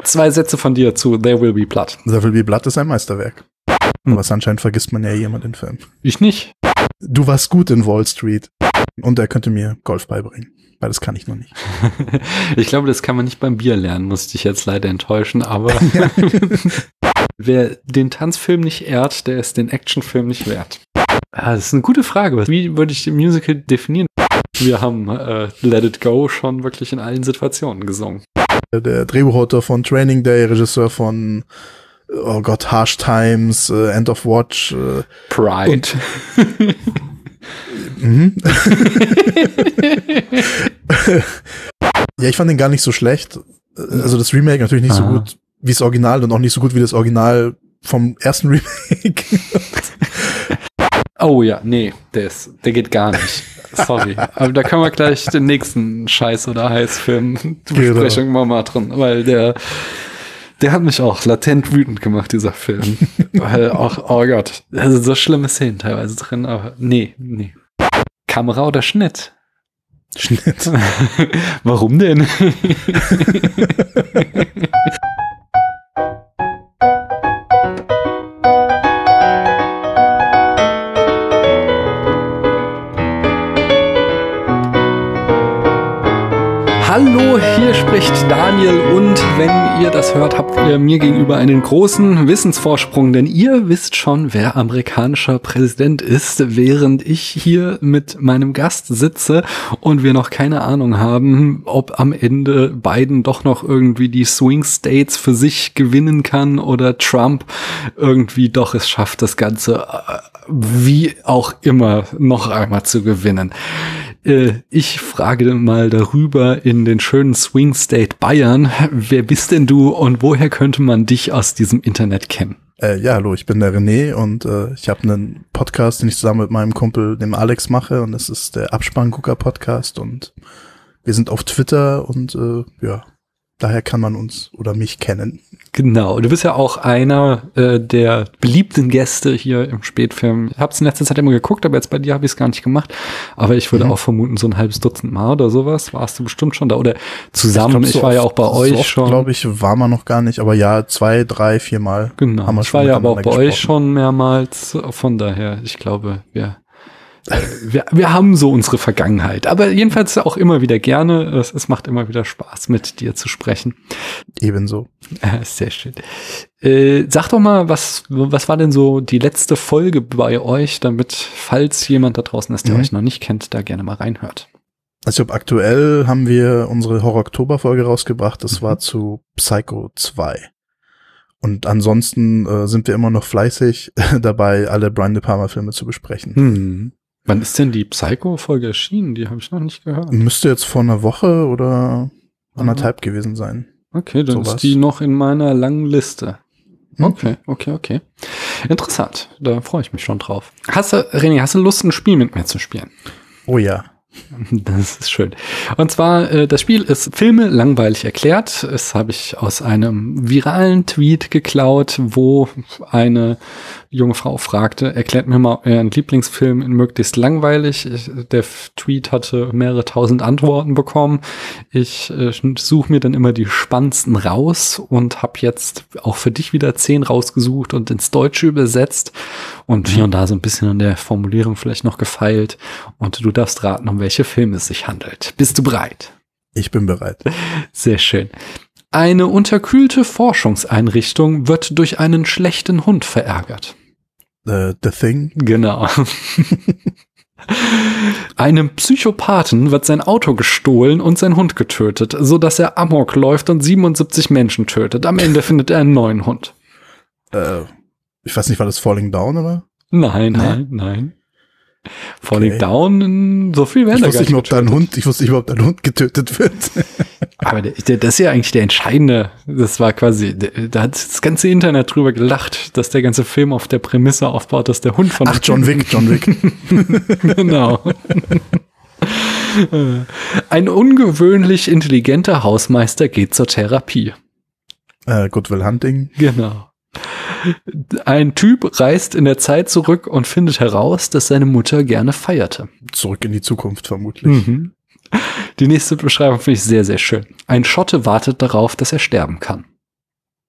2 Sätze von dir zu There Will Be Blood. There Will Be Blood ist ein Meisterwerk. Aber anscheinend vergisst man ja jemand den Film. Ich nicht. Du warst gut in Wall Street. Und er könnte mir Golf beibringen. Weil das kann ich noch nicht. Ich glaube, das kann man nicht beim Bier lernen, muss ich dich jetzt leider enttäuschen, aber wer den Tanzfilm nicht ehrt, der ist den Actionfilm nicht wert. Das ist eine gute Frage. Wie würde ich den Musical definieren? Wir haben Let It Go schon wirklich in allen Situationen gesungen. Der Drehbuchautor von Training Day, Regisseur von oh Gott, Harsh Times, End of Watch. Pride. Ja, ich fand den gar nicht so schlecht. Also das Remake natürlich nicht so gut wie das Original und auch nicht so gut wie das Original vom ersten Remake. Oh ja, nee, der geht gar nicht. Sorry. Aber da können wir gleich den nächsten Scheiß- oder Heiß-Film-Besprechung mal machen, weil der hat mich auch latent wütend gemacht, dieser Film. Weil auch, oh Gott, da sind so schlimme Szenen teilweise drin, aber nee. Kamera oder Schnitt? Schnitt. Warum denn? Hallo, hier spricht Daniel und wenn ihr das hört, habt ihr mir gegenüber einen großen Wissensvorsprung, denn ihr wisst schon, wer amerikanischer Präsident ist, während ich hier mit meinem Gast sitze und wir noch keine Ahnung haben, ob am Ende Biden doch noch irgendwie die Swing States für sich gewinnen kann oder Trump irgendwie doch es schafft, das Ganze wie auch immer noch einmal zu gewinnen. Ich frage mal darüber in den schönen Swing State Bayern. Wer bist denn du und woher könnte man dich aus diesem Internet kennen? Ja, hallo, ich bin der René und ich habe einen Podcast, den ich zusammen mit meinem Kumpel, dem Alex, mache und das ist der Abspanngucker-Podcast und wir sind auf Twitter und ja, daher kann man uns oder mich kennen. Genau, du bist ja auch einer der beliebten Gäste hier im Spätfilm. Ich habe es in letzter Zeit immer geguckt, aber jetzt bei dir habe ich es gar nicht gemacht. Aber ich würde auch vermuten, so ein halbes Dutzend Mal oder sowas warst du bestimmt schon da. Oder zusammen, ich war ja auch bei euch schon. Glaube ich, war man noch gar nicht, aber ja, 2, 3, 4 Mal. Genau, ich war ja aber auch bei euch schon mehrmals. Von daher, ich glaube, wir haben so unsere Vergangenheit. Aber jedenfalls auch immer wieder gerne. Es macht immer wieder Spaß, mit dir zu sprechen. Ebenso. Sehr schön. Sag doch mal, was war denn so die letzte Folge bei euch, damit, falls jemand da draußen ist, der euch noch nicht kennt, da gerne mal reinhört. Also aktuell haben wir unsere Horror-Oktober-Folge rausgebracht. Das war zu Psycho 2. Und ansonsten sind wir immer noch fleißig dabei, alle Brian De Palma-Filme zu besprechen. Wann ist denn die Psycho-Folge erschienen? Die habe ich noch nicht gehört. Müsste jetzt vor einer Woche oder anderthalb gewesen sein. Okay, dann ist die noch in meiner langen Liste. Okay. Interessant, da freue ich mich schon drauf. René, hast du Lust, ein Spiel mit mir zu spielen? Oh ja. Das ist schön. Und zwar, das Spiel ist Filme langweilig erklärt. Das habe ich aus einem viralen Tweet geklaut, wo eine junge Frau fragte, erklärt mir mal euren Lieblingsfilm in möglichst langweilig. Der Tweet hatte mehrere tausend Antworten bekommen. Ich suche mir dann immer die spannendsten raus und habe jetzt auch für dich wieder 10 rausgesucht und ins Deutsche übersetzt und hier und da so ein bisschen an der Formulierung vielleicht noch gefeilt. Und du darfst raten, um welche Filme es sich handelt. Bist du bereit? Ich bin bereit. Sehr schön. Eine unterkühlte Forschungseinrichtung wird durch einen schlechten Hund verärgert. The Thing? Genau. Einem Psychopathen wird sein Auto gestohlen und sein Hund getötet, sodass er Amok läuft und 77 Menschen tötet. Am Ende findet er einen neuen Hund. Ich weiß nicht, war das Falling Down, oder? Nein. Falling Down, so viel werden da gar nicht Ich wusste nicht, ob dein Hund getötet wird. Aber das ist ja eigentlich der entscheidende, das war quasi, da hat das ganze Internet drüber gelacht, dass der ganze Film auf der Prämisse aufbaut, dass der Hund von... Ach, John Wick. Genau. Ein ungewöhnlich intelligenter Hausmeister geht zur Therapie. Good Will Hunting. Genau. Ein Typ reist in der Zeit zurück und findet heraus, dass seine Mutter gerne feierte. Zurück in die Zukunft vermutlich. Die nächste Beschreibung finde ich sehr, sehr schön. Ein Schotte wartet darauf, dass er sterben kann.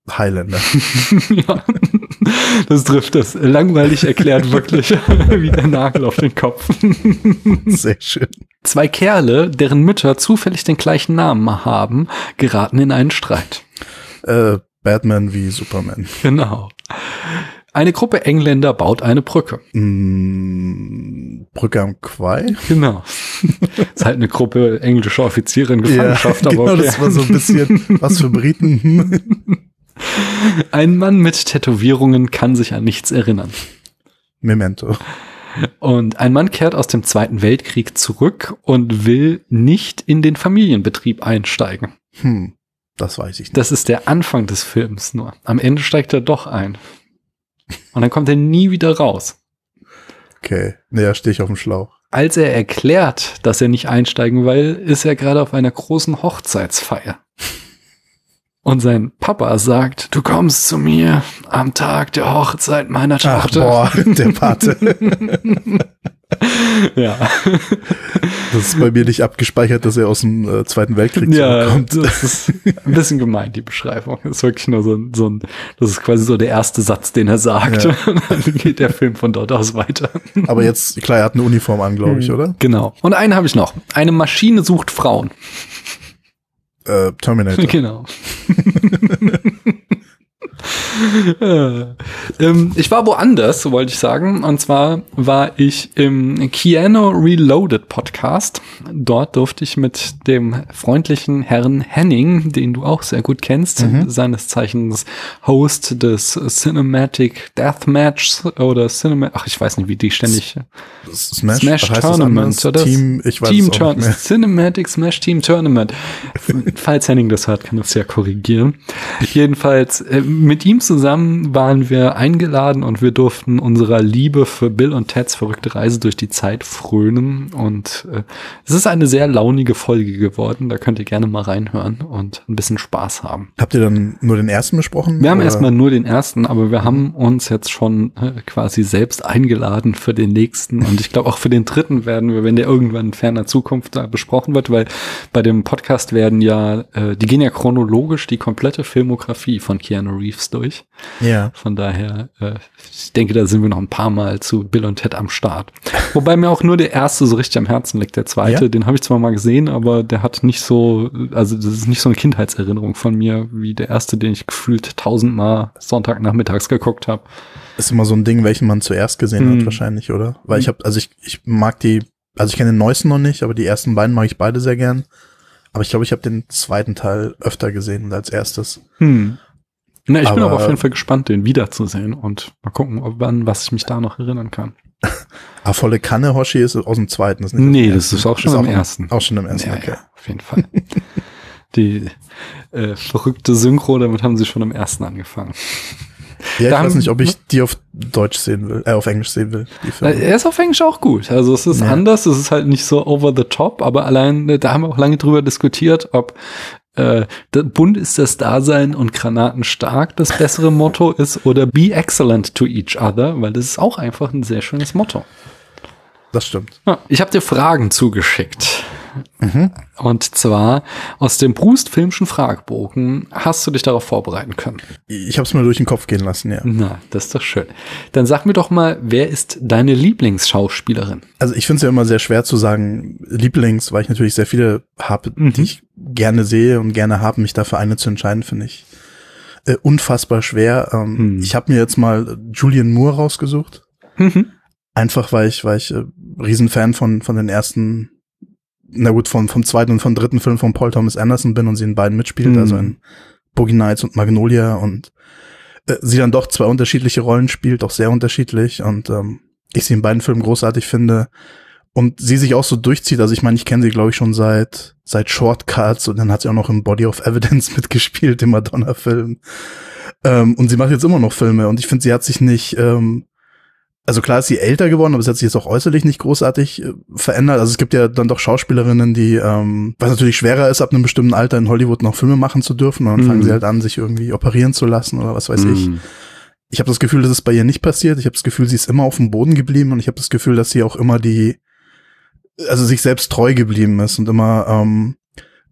Highlander. Ja, das trifft das. Langweilig erklärt wirklich wie der Nagel auf den Kopf. Sehr schön. Zwei Kerle, deren Mütter zufällig den gleichen Namen haben, geraten in einen Streit. Batman wie Superman. Genau. Eine Gruppe Engländer baut eine Brücke. Brücke am Quai? Genau. Ist halt eine Gruppe englischer Offiziere in Gefangenschaft. Ja, genau, aber okay. Das war so ein bisschen was für Briten. Ein Mann mit Tätowierungen kann sich an nichts erinnern. Memento. Und ein Mann kehrt aus dem Zweiten Weltkrieg zurück und will nicht in den Familienbetrieb einsteigen. Das weiß ich nicht. Das ist der Anfang des Films nur. Am Ende steigt er doch ein. Und dann kommt er nie wieder raus. Okay, naja, stehe ich auf dem Schlauch. Als er erklärt, dass er nicht einsteigen will, ist er gerade auf einer großen Hochzeitsfeier. Und sein Papa sagt, du kommst zu mir am Tag der Hochzeit meiner Tochter. Ach, boah, der Pate. Ja. Das ist bei mir nicht abgespeichert, dass er aus dem Zweiten Weltkrieg zurückkommt. Ja, das ist ein bisschen gemein, die Beschreibung. Das ist wirklich nur so ein das ist quasi so der erste Satz, den er sagt. Ja. Und dann geht der Film von dort aus weiter. Aber jetzt, klar, er hat eine Uniform an, glaube ich, oder? Genau. Und einen habe ich noch. Eine Maschine sucht Frauen. Terminator. Genau. Ich war woanders, wollte ich sagen. Und zwar war ich im Keanu Reloaded Podcast. Dort durfte ich mit dem freundlichen Herrn Henning, den du auch sehr gut kennst, seines Zeichens Host des Cinematic Deathmatch oder ich weiß nicht, wie die ständig Smash Tournament oder Team, ich weiß Team es auch nicht mehr. Cinematic Smash Team Tournament. Falls Henning das hört, kann das ja korrigieren. Jedenfalls mit ihm zusammen waren wir eingeladen und wir durften unserer Liebe für Bill und Teds verrückte Reise durch die Zeit frönen und es ist eine sehr launige Folge geworden. Da könnt ihr gerne mal reinhören und ein bisschen Spaß haben. Habt ihr dann nur den ersten besprochen? Wir haben erstmal nur den ersten, aber wir haben uns jetzt schon quasi selbst eingeladen für den nächsten und ich glaube auch für den dritten werden wir, wenn der irgendwann in ferner Zukunft da besprochen wird, weil bei dem Podcast werden ja, die gehen ja chronologisch die komplette Filmografie von Keanu Reeves durch. Ja. Von daher, ich denke, da sind wir noch ein paar Mal zu Bill und Ted am Start. Wobei mir auch nur der erste so richtig am Herzen liegt. Der zweite, den habe ich zwar mal gesehen, aber der hat nicht so, also das ist nicht so eine Kindheitserinnerung von mir, wie der erste, den ich gefühlt 1000-mal Sonntagnachmittags geguckt habe. Ist immer so ein Ding, welchen man zuerst gesehen hat wahrscheinlich, oder? Weil ich mag ich kenne den neuesten noch nicht, aber die ersten beiden mag ich beide sehr gern. Aber ich glaube, ich habe den zweiten Teil öfter gesehen als erstes. Na, ich bin aber auf jeden Fall gespannt, den wiederzusehen und mal gucken, was ich mich da noch erinnern kann. Volle Kanne Hoshi ist aus dem zweiten. Das ist auch schon im ersten. Auch schon im ersten, okay. Ja, auf jeden Fall. Die verrückte Synchro, damit haben sie schon im ersten angefangen. Ja, ich weiß nicht, ob ich die auf Deutsch sehen will, auf Englisch sehen will. Er ist auf Englisch auch gut. Also es ist anders, es ist halt nicht so over the top, aber allein, da haben wir auch lange drüber diskutiert, ob bunt ist das Dasein und Granaten stark das bessere Motto ist oder be excellent to each other, weil das ist auch einfach ein sehr schönes Motto. Das stimmt. Ja, ich habe dir Fragen zugeschickt. Und zwar aus dem Proust-Filmschen Fragebogen. Hast du dich darauf vorbereiten können? Ich habe es mir durch den Kopf gehen lassen, ja. Na, das ist doch schön. Dann sag mir doch mal, wer ist deine Lieblingsschauspielerin? Also ich finde es ja immer sehr schwer zu sagen, Lieblings, weil ich natürlich sehr viele habe, die ich gerne sehe und gerne habe, mich dafür eine zu entscheiden, finde ich unfassbar schwer. Ich habe mir jetzt mal Julianne Moore rausgesucht. Einfach, weil ich Riesenfan von den ersten, na gut, vom zweiten und vom dritten Film von Paul Thomas Anderson bin und sie in beiden mitspielt, also in Boogie Nights und Magnolia und sie dann doch zwei unterschiedliche Rollen spielt, auch sehr unterschiedlich und ich sie in beiden Filmen großartig finde und sie sich auch so durchzieht, also ich meine, ich kenne sie glaube ich schon seit Shortcuts und dann hat sie auch noch im Body of Evidence mitgespielt, im Madonna-Film und sie macht jetzt immer noch Filme und ich finde, sie hat sich nicht also klar ist sie älter geworden, aber es hat sich jetzt auch äußerlich nicht großartig verändert. Also es gibt ja dann doch Schauspielerinnen, die, was natürlich schwerer ist, ab einem bestimmten Alter in Hollywood noch Filme machen zu dürfen. Und dann fangen sie halt an, sich irgendwie operieren zu lassen oder was weiß ich. Ich habe das Gefühl, dass es bei ihr nicht passiert. Ich habe das Gefühl, sie ist immer auf dem Boden geblieben und ich habe das Gefühl, dass sie auch immer sich selbst treu geblieben ist und immer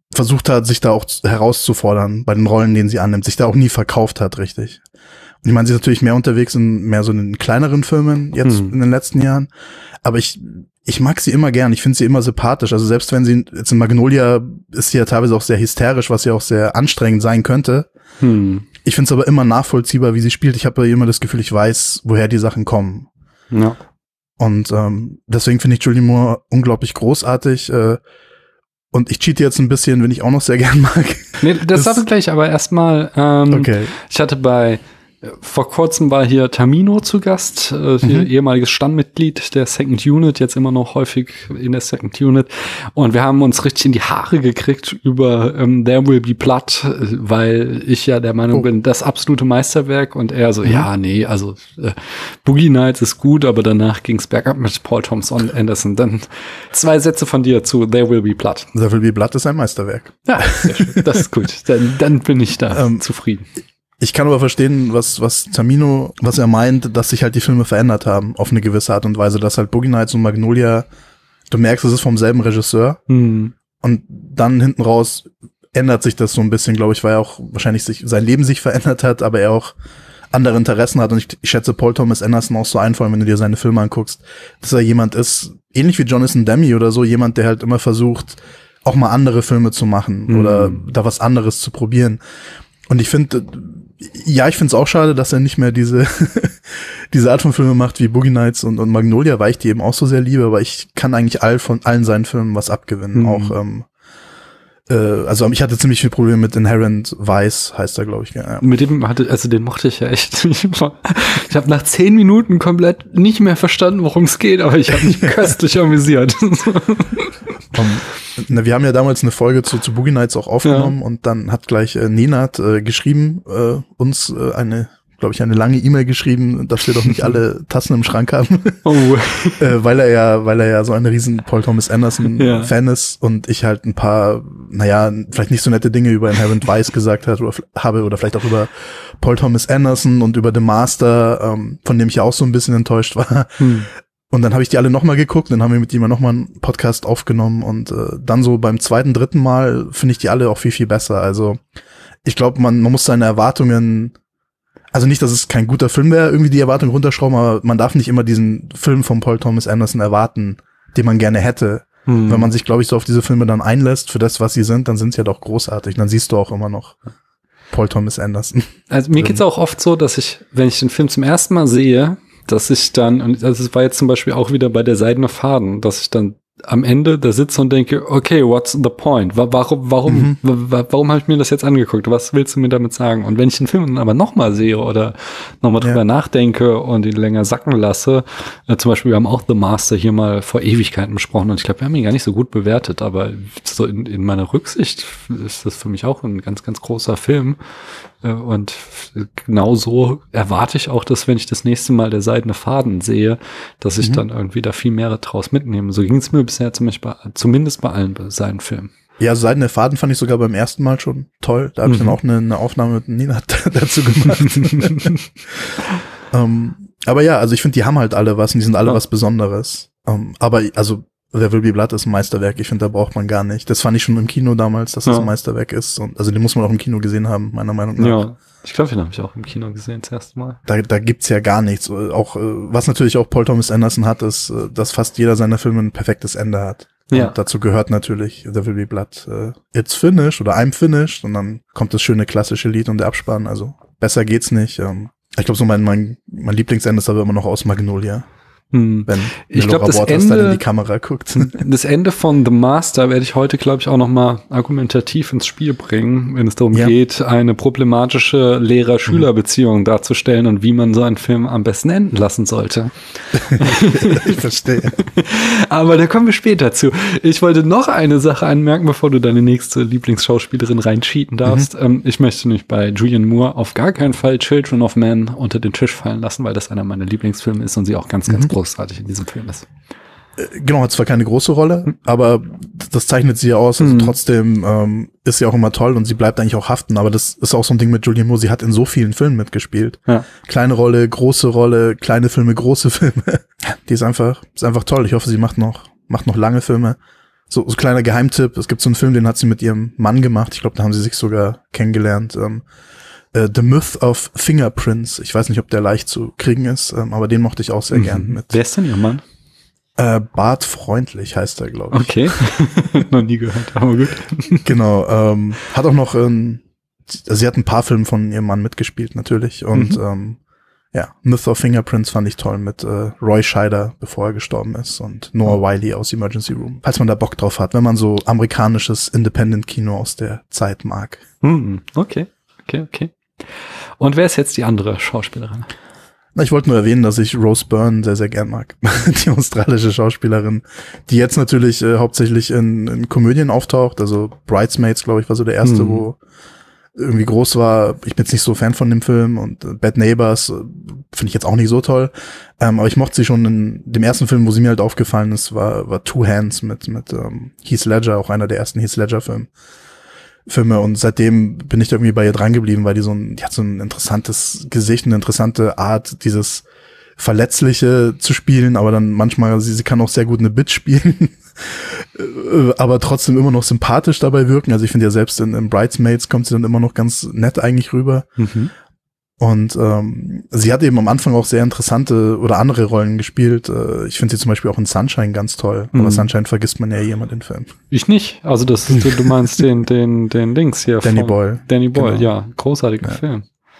versucht hat, sich da auch herauszufordern bei den Rollen, denen sie annimmt, sich da auch nie verkauft hat, richtig. Und ich meine, sie ist natürlich mehr unterwegs in mehr so in kleineren Filmen jetzt in den letzten Jahren, aber ich mag sie immer gern, ich finde sie immer sympathisch, also selbst wenn sie jetzt in Magnolia ist sie ja teilweise auch sehr hysterisch, was ja auch sehr anstrengend sein könnte. Ich finde es aber immer nachvollziehbar, wie sie spielt. Ich habe immer das Gefühl, ich weiß, woher die Sachen kommen. Ja. Und deswegen finde ich Julianne Moore unglaublich großartig. Und ich cheate jetzt ein bisschen, wenn ich auch noch sehr gern mag. Nee, das darf ich gleich, aber erstmal, okay. Ich hatte vor kurzem war hier Tamino zu Gast, hier ehemaliges Stammmitglied der Second Unit, jetzt immer noch häufig in der Second Unit. Und wir haben uns richtig in die Haare gekriegt über There Will Be Blood, weil ich ja der Meinung bin, das absolute Meisterwerk. Und er so, ja, nee, also Boogie Nights ist gut, aber danach ging's bergab mit Paul Thomas Anderson. Dann 2 Sätze von dir zu There Will Be Blood. There Will Be Blood ist ein Meisterwerk. Ja, sehr schön. Das ist gut. Dann bin ich da zufrieden. Ich kann aber verstehen, was Tamino, was er meint, dass sich halt die Filme verändert haben auf eine gewisse Art und Weise, dass halt Boogie Nights und Magnolia, du merkst, es ist vom selben Regisseur und dann hinten raus ändert sich das so ein bisschen, glaube ich, weil er auch wahrscheinlich sein Leben sich verändert hat, aber er auch andere Interessen hat und ich schätze Paul Thomas Anderson auch so ein, vor allem wenn du dir seine Filme anguckst, dass er jemand ist, ähnlich wie Jonathan Demme oder so, jemand, der halt immer versucht, auch mal andere Filme zu machen oder da was anderes zu probieren. Und ich finde, ich finde es auch schade, dass er nicht mehr diese Art von Filme macht wie Boogie Nights und Magnolia, weil ich die eben auch so sehr liebe, aber ich kann eigentlich von allen seinen Filmen was abgewinnen. Auch also ich hatte ziemlich viel Probleme mit Inherent Vice, heißt er, glaube ich. Ja. Mit dem den mochte ich ja echt. Ich habe nach 10 Minuten komplett nicht mehr verstanden, worum es geht, aber ich habe mich köstlich amüsiert. Wir haben ja damals eine Folge zu Boogie Nights auch aufgenommen und dann hat gleich Nenad geschrieben, uns eine lange E-Mail geschrieben, dass wir doch nicht alle Tassen im Schrank haben. Weil er ja so ein riesen Paul Thomas Anderson Fan ist und ich halt ein paar, vielleicht nicht so nette Dinge über Inherent Vice gesagt habe oder vielleicht auch über Paul Thomas Anderson und über The Master, von dem ich ja auch so ein bisschen enttäuscht war. Und dann habe ich die alle nochmal geguckt, dann haben wir mit ihm nochmal einen Podcast aufgenommen und dann so beim 2., 3. Mal finde ich die alle auch viel, viel besser. Also ich glaube, man muss seine Erwartungen, also nicht, dass es kein guter Film wäre, irgendwie die Erwartungen runterschrauben, aber man darf nicht immer diesen Film von Paul Thomas Anderson erwarten, den man gerne hätte. Wenn man sich, glaube ich, so auf diese Filme dann einlässt, für das, was sie sind, dann sind sie ja doch großartig. Dann siehst du auch immer noch Paul Thomas Anderson. Also mir geht's auch oft so, dass ich, wenn ich den Film zum ersten Mal sehe, dass ich dann, und also es war jetzt zum Beispiel auch wieder bei der Seidene Faden, dass ich dann am Ende da sitze und denke, okay, what's the point? Warum habe ich mir das jetzt angeguckt? Was willst du mir damit sagen? Und wenn ich den Film dann aber nochmal sehe oder nochmal drüber nachdenke und ihn länger sacken lasse, zum Beispiel, wir haben auch The Master hier mal vor Ewigkeiten besprochen und ich glaube, wir haben ihn gar nicht so gut bewertet, aber so in meiner Rücksicht ist das für mich auch ein ganz, ganz großer Film. Und genauso erwarte ich auch, dass wenn ich das nächste Mal der Seidene Faden sehe, dass ich dann irgendwie da viel mehr draus mitnehme. So ging es mir bisher zumindest bei allen seinen Filmen. Ja, Seidene Faden fand ich sogar beim ersten Mal schon toll. Da habe ich dann auch eine Aufnahme mit Nina dazu gemacht. Aber ja, also ich finde, die haben halt alle was und die sind alle was Besonderes. Aber also There Will Be Blood ist ein Meisterwerk. Ich finde, da braucht man gar nicht. Das fand ich schon im Kino damals, dass das ein Meisterwerk ist. Und also den muss man auch im Kino gesehen haben, meiner Meinung nach. Ja, ich glaube, den habe ich auch im Kino gesehen das erste Mal. Da gibt's ja gar nichts. Auch was natürlich auch Paul Thomas Anderson hat, ist, dass fast jeder seiner Filme ein perfektes Ende hat. Ja. Und dazu gehört natürlich There Will Be Blood. It's finished oder I'm finished. Und dann kommt das schöne klassische Lied und der Abspann. Also besser geht's nicht. Ich glaube, so mein Lieblingsende ist aber immer noch aus Magnolia. Wenn ich glaube, das Ende dann in die Kamera guckt. Das Ende von The Master werde ich heute, glaube ich, auch noch mal argumentativ ins Spiel bringen, wenn es darum geht, eine problematische Lehrer-Schüler-Beziehung darzustellen und wie man so einen Film am besten enden lassen sollte. Ich verstehe. Aber da kommen wir später zu. Ich wollte noch eine Sache anmerken, bevor du deine nächste Lieblingsschauspielerin reincheaten darfst. Ich möchte nicht bei Julianne Moore auf gar keinen Fall Children of Men unter den Tisch fallen lassen, weil das einer meiner Lieblingsfilme ist und sie auch ganz, ganz großartig in diesem Film ist. Genau, hat zwar keine große Rolle, aber das zeichnet sie ja aus. Also trotzdem ist sie auch immer toll und sie bleibt eigentlich auch haften. Aber das ist auch so ein Ding mit Julianne Moore. Sie hat in so vielen Filmen mitgespielt. Ja. Kleine Rolle, kleine Filme, große Filme. Die ist einfach toll. Ich hoffe, sie macht noch lange Filme. so kleiner Geheimtipp, es gibt so einen Film, den hat sie mit ihrem Mann gemacht. Ich glaube, da haben sie sich sogar kennengelernt. The Myth of Fingerprints. Ich weiß nicht, ob der leicht zu kriegen ist, aber den mochte ich auch sehr gern mit. Wer ist denn ihr Mann? Bart Freundlich heißt er, glaube ich. Okay. Noch nie gehört, aber gut. Genau. Hat auch noch, sie hat ein paar Filme von ihrem Mann mitgespielt, natürlich. Und ja, Myth of Fingerprints fand ich toll mit Roy Scheider, bevor er gestorben ist, und Noah Wiley aus Emergency Room. Falls man da Bock drauf hat, wenn man so amerikanisches Independent-Kino aus der Zeit mag. Okay. Und wer ist jetzt die andere Schauspielerin? Na, ich wollte nur erwähnen, dass ich Rose Byrne sehr, sehr gern mag. Die australische Schauspielerin, die jetzt natürlich hauptsächlich in Komödien auftaucht. Also Bridesmaids, glaube ich, war so der erste, wo irgendwie groß war. Ich bin jetzt nicht so Fan von dem Film, und Bad Neighbors finde ich jetzt auch nicht so toll. Aber ich mochte sie schon in dem ersten Film, wo sie mir halt aufgefallen ist, war Two Hands mit Heath Ledger, auch einer der ersten Heath Ledger Filme, und seitdem bin ich da irgendwie bei ihr dran geblieben, weil die hat so ein interessantes Gesicht, eine interessante Art, dieses Verletzliche zu spielen, aber dann manchmal, sie kann auch sehr gut eine Bitch spielen, aber trotzdem immer noch sympathisch dabei wirken. Also ich finde ja, selbst in Bridesmaids kommt sie dann immer noch ganz nett eigentlich rüber. Und sie hat eben am Anfang auch sehr interessante oder andere Rollen gespielt. Ich finde sie zum Beispiel auch in Sunshine ganz toll. Aber Sunshine vergisst man ja jemand den Film. Ich nicht. Also das ist, du meinst den Dings hier. Danny Boyle. Danny Boyle, Genau. ja. Großartiger Film.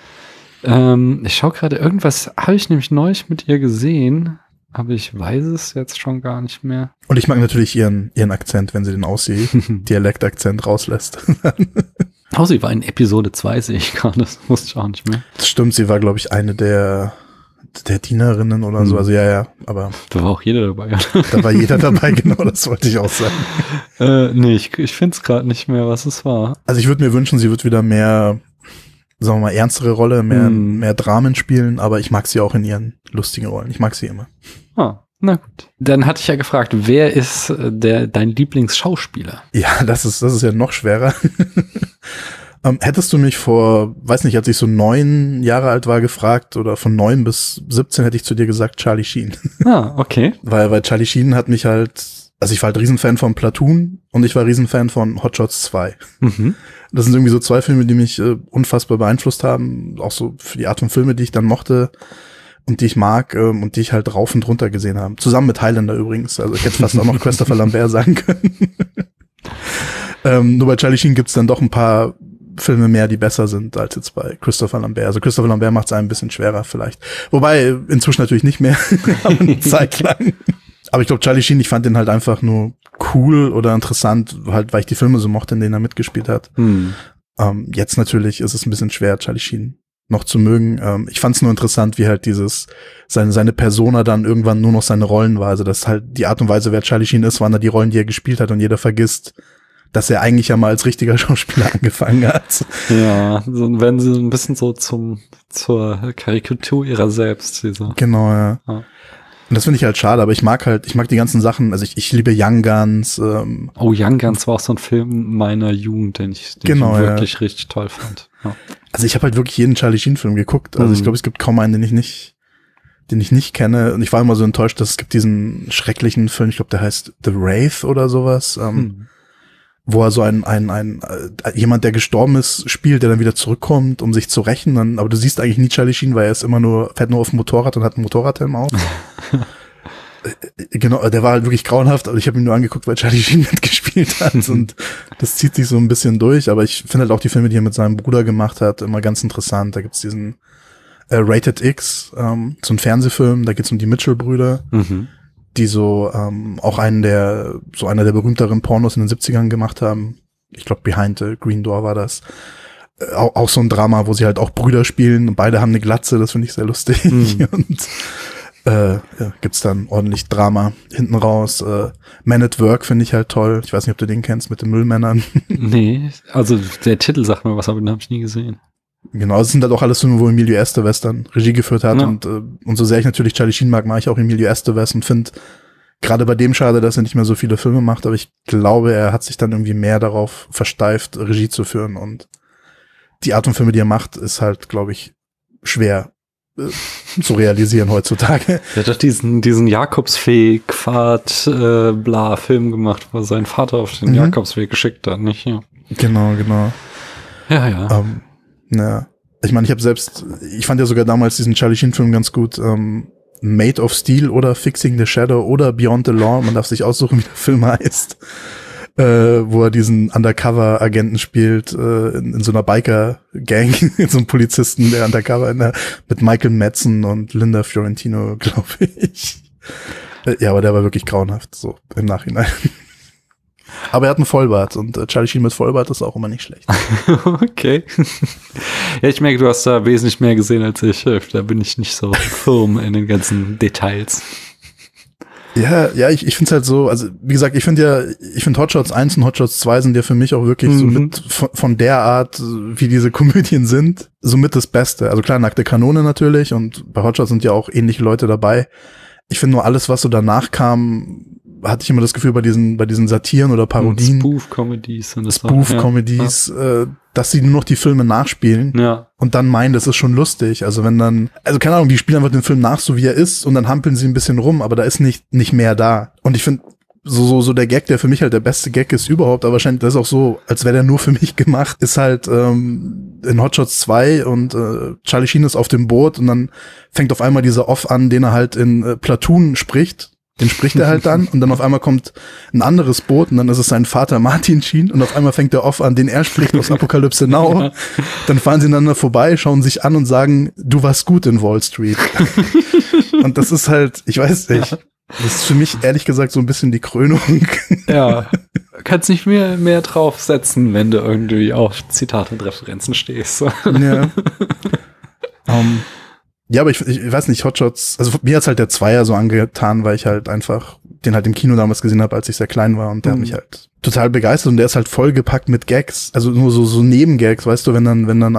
Ich schaue gerade, irgendwas habe ich nämlich neulich mit ihr gesehen, aber ich weiß es jetzt schon gar nicht mehr. Und ich mag natürlich ihren Akzent, wenn sie den Aussie-Dialektakzent rauslässt. Oh, sie war in Episode 2, sehe ich gerade. Das wusste ich auch nicht mehr. Das stimmt, sie war, glaube ich, eine der Dienerinnen oder so. Also ja, aber Da war auch jeder dabei. da war jeder dabei, genau, das wollte ich auch sagen. Nee, ich finde es gerade nicht mehr, was es war. Also ich würde mir wünschen, sie wird wieder mehr, sagen wir mal, ernstere Rolle, mehr Dramen spielen, aber ich mag sie auch in ihren lustigen Rollen. Ich mag sie immer. Na gut. Dann hatte ich ja gefragt, wer ist dein Lieblingsschauspieler? Ja, das ist ja noch schwerer. Hättest du mich vor, weiß nicht, als ich so 9 Jahre alt war, gefragt, oder von 9 bis 17, hätte ich zu dir gesagt Charlie Sheen. Okay. Weil Charlie Sheen hat mich halt, also ich war halt Riesenfan von Platoon und ich war Riesenfan von Hot Shots 2. Das sind irgendwie so 2 Filme, die mich unfassbar beeinflusst haben, auch so für die Art von Filme, die ich dann mochte und die ich mag und die ich halt rauf und runter gesehen habe. Zusammen mit Highlander übrigens. Also ich hätte fast auch noch Christopher Lambert sagen können. Nur bei Charlie Sheen gibt's dann doch ein paar Filme mehr, die besser sind als jetzt bei Christopher Lambert. Also Christopher Lambert macht es einem ein bisschen schwerer vielleicht. Wobei, inzwischen natürlich nicht mehr, aber eine Zeit lang. Aber ich glaube, Charlie Sheen, ich fand den halt einfach nur cool oder interessant, halt, weil ich die Filme so mochte, in denen er mitgespielt hat. Jetzt natürlich ist es ein bisschen schwer, Charlie Sheen noch zu mögen. Ich fand es nur interessant, wie halt seine Persona dann irgendwann nur noch seine Rollen war. Also das halt die Art und Weise, wer Charlie Sheen ist, waren da die Rollen, die er gespielt hat, und jeder vergisst, dass er eigentlich ja mal als richtiger Schauspieler angefangen hat. Ja, so werden sie ein bisschen so zur Karikatur ihrer selbst. Genau, ja. Und das finde ich halt schade, aber ich mag die ganzen Sachen, also ich liebe Young Guns. Young Guns war auch so ein Film meiner Jugend, den ich wirklich richtig toll fand. Ja. Also ich habe halt wirklich jeden Charlie Sheen Film geguckt. Also ich glaube, es gibt kaum einen, den ich nicht kenne. Und ich war immer so enttäuscht, dass es gibt diesen schrecklichen Film, ich glaube, der heißt The Wraith oder sowas. Wo er so jemand, der gestorben ist, spielt, der dann wieder zurückkommt, um sich zu rächen. Aber du siehst eigentlich nie Charlie Sheen, weil er ist fährt nur auf dem Motorrad und hat einen Motorradhelm auf. Genau, der war halt wirklich grauenhaft, aber ich habe ihn nur angeguckt, weil Charlie Sheen mitgespielt hat, und das zieht sich so ein bisschen durch. Aber ich finde halt auch die Filme, die er mit seinem Bruder gemacht hat, immer ganz interessant. Da gibt's diesen Rated X, so ein Fernsehfilm, da geht's um die Mitchell-Brüder. Die so auch einer der berühmteren Pornos in den 70ern gemacht haben. Ich glaube, Behind the Green Door war das. Auch so ein Drama, wo sie halt auch Brüder spielen und beide haben eine Glatze, das finde ich sehr lustig. Und gibt's dann ordentlich Drama hinten raus. Man at Work finde ich halt toll. Ich weiß nicht, ob du den kennst mit den Müllmännern. Nee, also der Titel sagt mir was, aber den habe ich nie gesehen. Genau, es sind halt auch alles Filme, wo Emilio Estevez dann Regie geführt hat. Ja. Und so sehr ich natürlich Charlie Sheen mag ich auch Emilio Estevez und finde gerade bei dem schade, dass er nicht mehr so viele Filme macht, aber ich glaube, er hat sich dann irgendwie mehr darauf versteift, Regie zu führen, und die Art von Filme, die er macht, ist halt, glaube ich, schwer zu realisieren heutzutage. Der hat doch diesen Jakobsweg-Pfad Film gemacht, wo er seinen Vater auf den Jakobsweg geschickt hat, nicht? Ja. Genau. Ja. Ja. Ich meine, ich fand ja sogar damals diesen Charlie Sheen-Film ganz gut, Made of Steel oder Fixing the Shadow oder Beyond the Law, man darf sich aussuchen, wie der Film heißt, wo er diesen Undercover-Agenten spielt, in so einer Biker-Gang, in so einem Polizisten, der Undercover mit Michael Madsen und Linda Fiorentino, glaube ich. Ja, aber der war wirklich grauenhaft, so im Nachhinein. Aber er hat einen Vollbart und Charlie Sheen mit Vollbart ist auch immer nicht schlecht. Okay. Ja, ich merke, du hast da wesentlich mehr gesehen als ich. Da bin ich nicht so firm in den ganzen Details. Ja, ich finde es halt so, also wie gesagt, ich finde Hot Shots 1 und Hot Shots 2 sind ja für mich auch wirklich so mit von der Art, wie diese Komödien sind, somit das Beste. Also klar, Nackte Kanone natürlich und bei Hot Shots sind ja auch ähnliche Leute dabei. Ich finde nur alles, was so danach kam, hatte ich immer das Gefühl bei diesen Satiren oder Parodien. Spoof-Comedies. Spoof-Comedies, dass sie nur noch die Filme nachspielen. Ja. Und dann meinen, das ist schon lustig. Also keine Ahnung, die spielen einfach den Film nach, so wie er ist und dann hampeln sie ein bisschen rum, aber da ist nicht mehr da. Und ich finde, so der Gag, der für mich halt der beste Gag ist überhaupt, aber wahrscheinlich das ist auch so, als wäre der nur für mich gemacht, ist halt in Hot Shots 2 und Charlie Sheen ist auf dem Boot und dann fängt auf einmal dieser Off an, den er halt in Platoon spricht. Den spricht er halt dann und dann auf einmal kommt ein anderes Boot und dann ist es sein Vater Martin Sheen und auf einmal fängt der Off an, den er spricht aus Apokalypse Now. Ja. Dann fahren sie einander vorbei, schauen sich an und sagen, du warst gut in Wall Street. Und das ist halt, ich weiß nicht, das ist für mich ehrlich gesagt so ein bisschen die Krönung. Ja, kannst nicht mehr draufsetzen, wenn du irgendwie auf Zitate und Referenzen stehst. Ja. Ja, aber ich weiß nicht, Hot Shots, also mir hat's halt der Zweier so angetan, weil ich halt einfach den halt im Kino damals gesehen habe, als ich sehr klein war und der hat mich halt total begeistert und der ist halt vollgepackt mit Gags, also nur so Nebengags, weißt du, wenn dann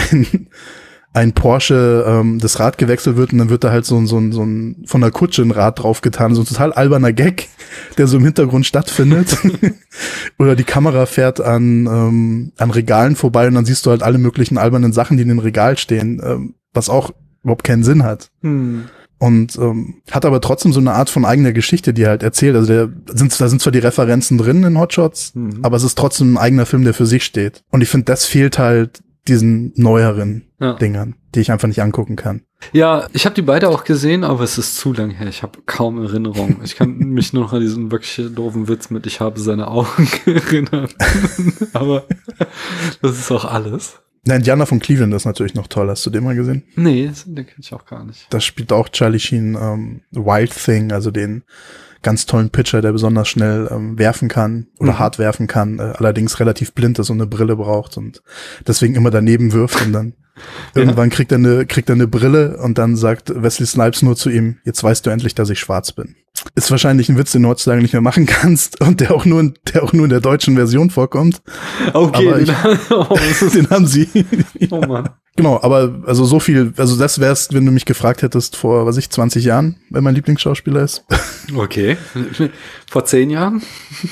ein Porsche das Rad gewechselt wird und dann wird da halt so ein von der Kutsche ein Rad draufgetan, so ein total alberner Gag, der so im Hintergrund stattfindet. Oder die Kamera fährt an Regalen vorbei und dann siehst du halt alle möglichen albernen Sachen, die in dem Regal stehen, was auch überhaupt keinen Sinn hat. Und hat aber trotzdem so eine Art von eigener Geschichte, die er halt erzählt. Also da sind zwar die Referenzen drin in Hot Shots, aber es ist trotzdem ein eigener Film, der für sich steht. Und ich finde, das fehlt halt diesen neueren Dingern, die ich einfach nicht angucken kann. Ja, ich habe die beide auch gesehen, aber es ist zu lang her. Ich habe kaum Erinnerung. Ich kann mich nur noch an diesen wirklich doofen Witz mit "Ich habe seine Augen" erinnern. Aber das ist auch alles. Na, Indianer von Cleveland ist natürlich noch toll. Hast du den mal gesehen? Nee, den kenn ich auch gar nicht. Das spielt auch Charlie Sheen Wild Thing, also den ganz tollen Pitcher, der besonders schnell werfen kann oder hart werfen kann, allerdings relativ blind ist und eine Brille braucht und deswegen immer daneben wirft und dann irgendwann kriegt er eine Brille und dann sagt Wesley Snipes nur zu ihm, jetzt weißt du endlich, dass ich schwarz bin. Ist wahrscheinlich ein Witz, den du heutzutage nicht mehr machen kannst und der auch nur in der deutschen Version vorkommt. Okay, den haben sie. Oh Mann. Genau, aber also so viel, also das wär's, wenn du mich gefragt hättest vor, 20 Jahren, wer mein Lieblingsschauspieler ist. Okay. Vor 10 Jahren?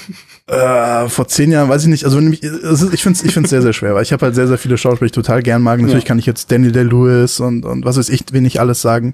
Vor 10 Jahren, weiß ich nicht, also ich find's sehr, sehr schwer, weil ich habe halt sehr, sehr viele Schauspieler, die ich total gern mag. Natürlich kann ich jetzt Daniel Day-Lewis und was weiß ich, wen ich alles sagen.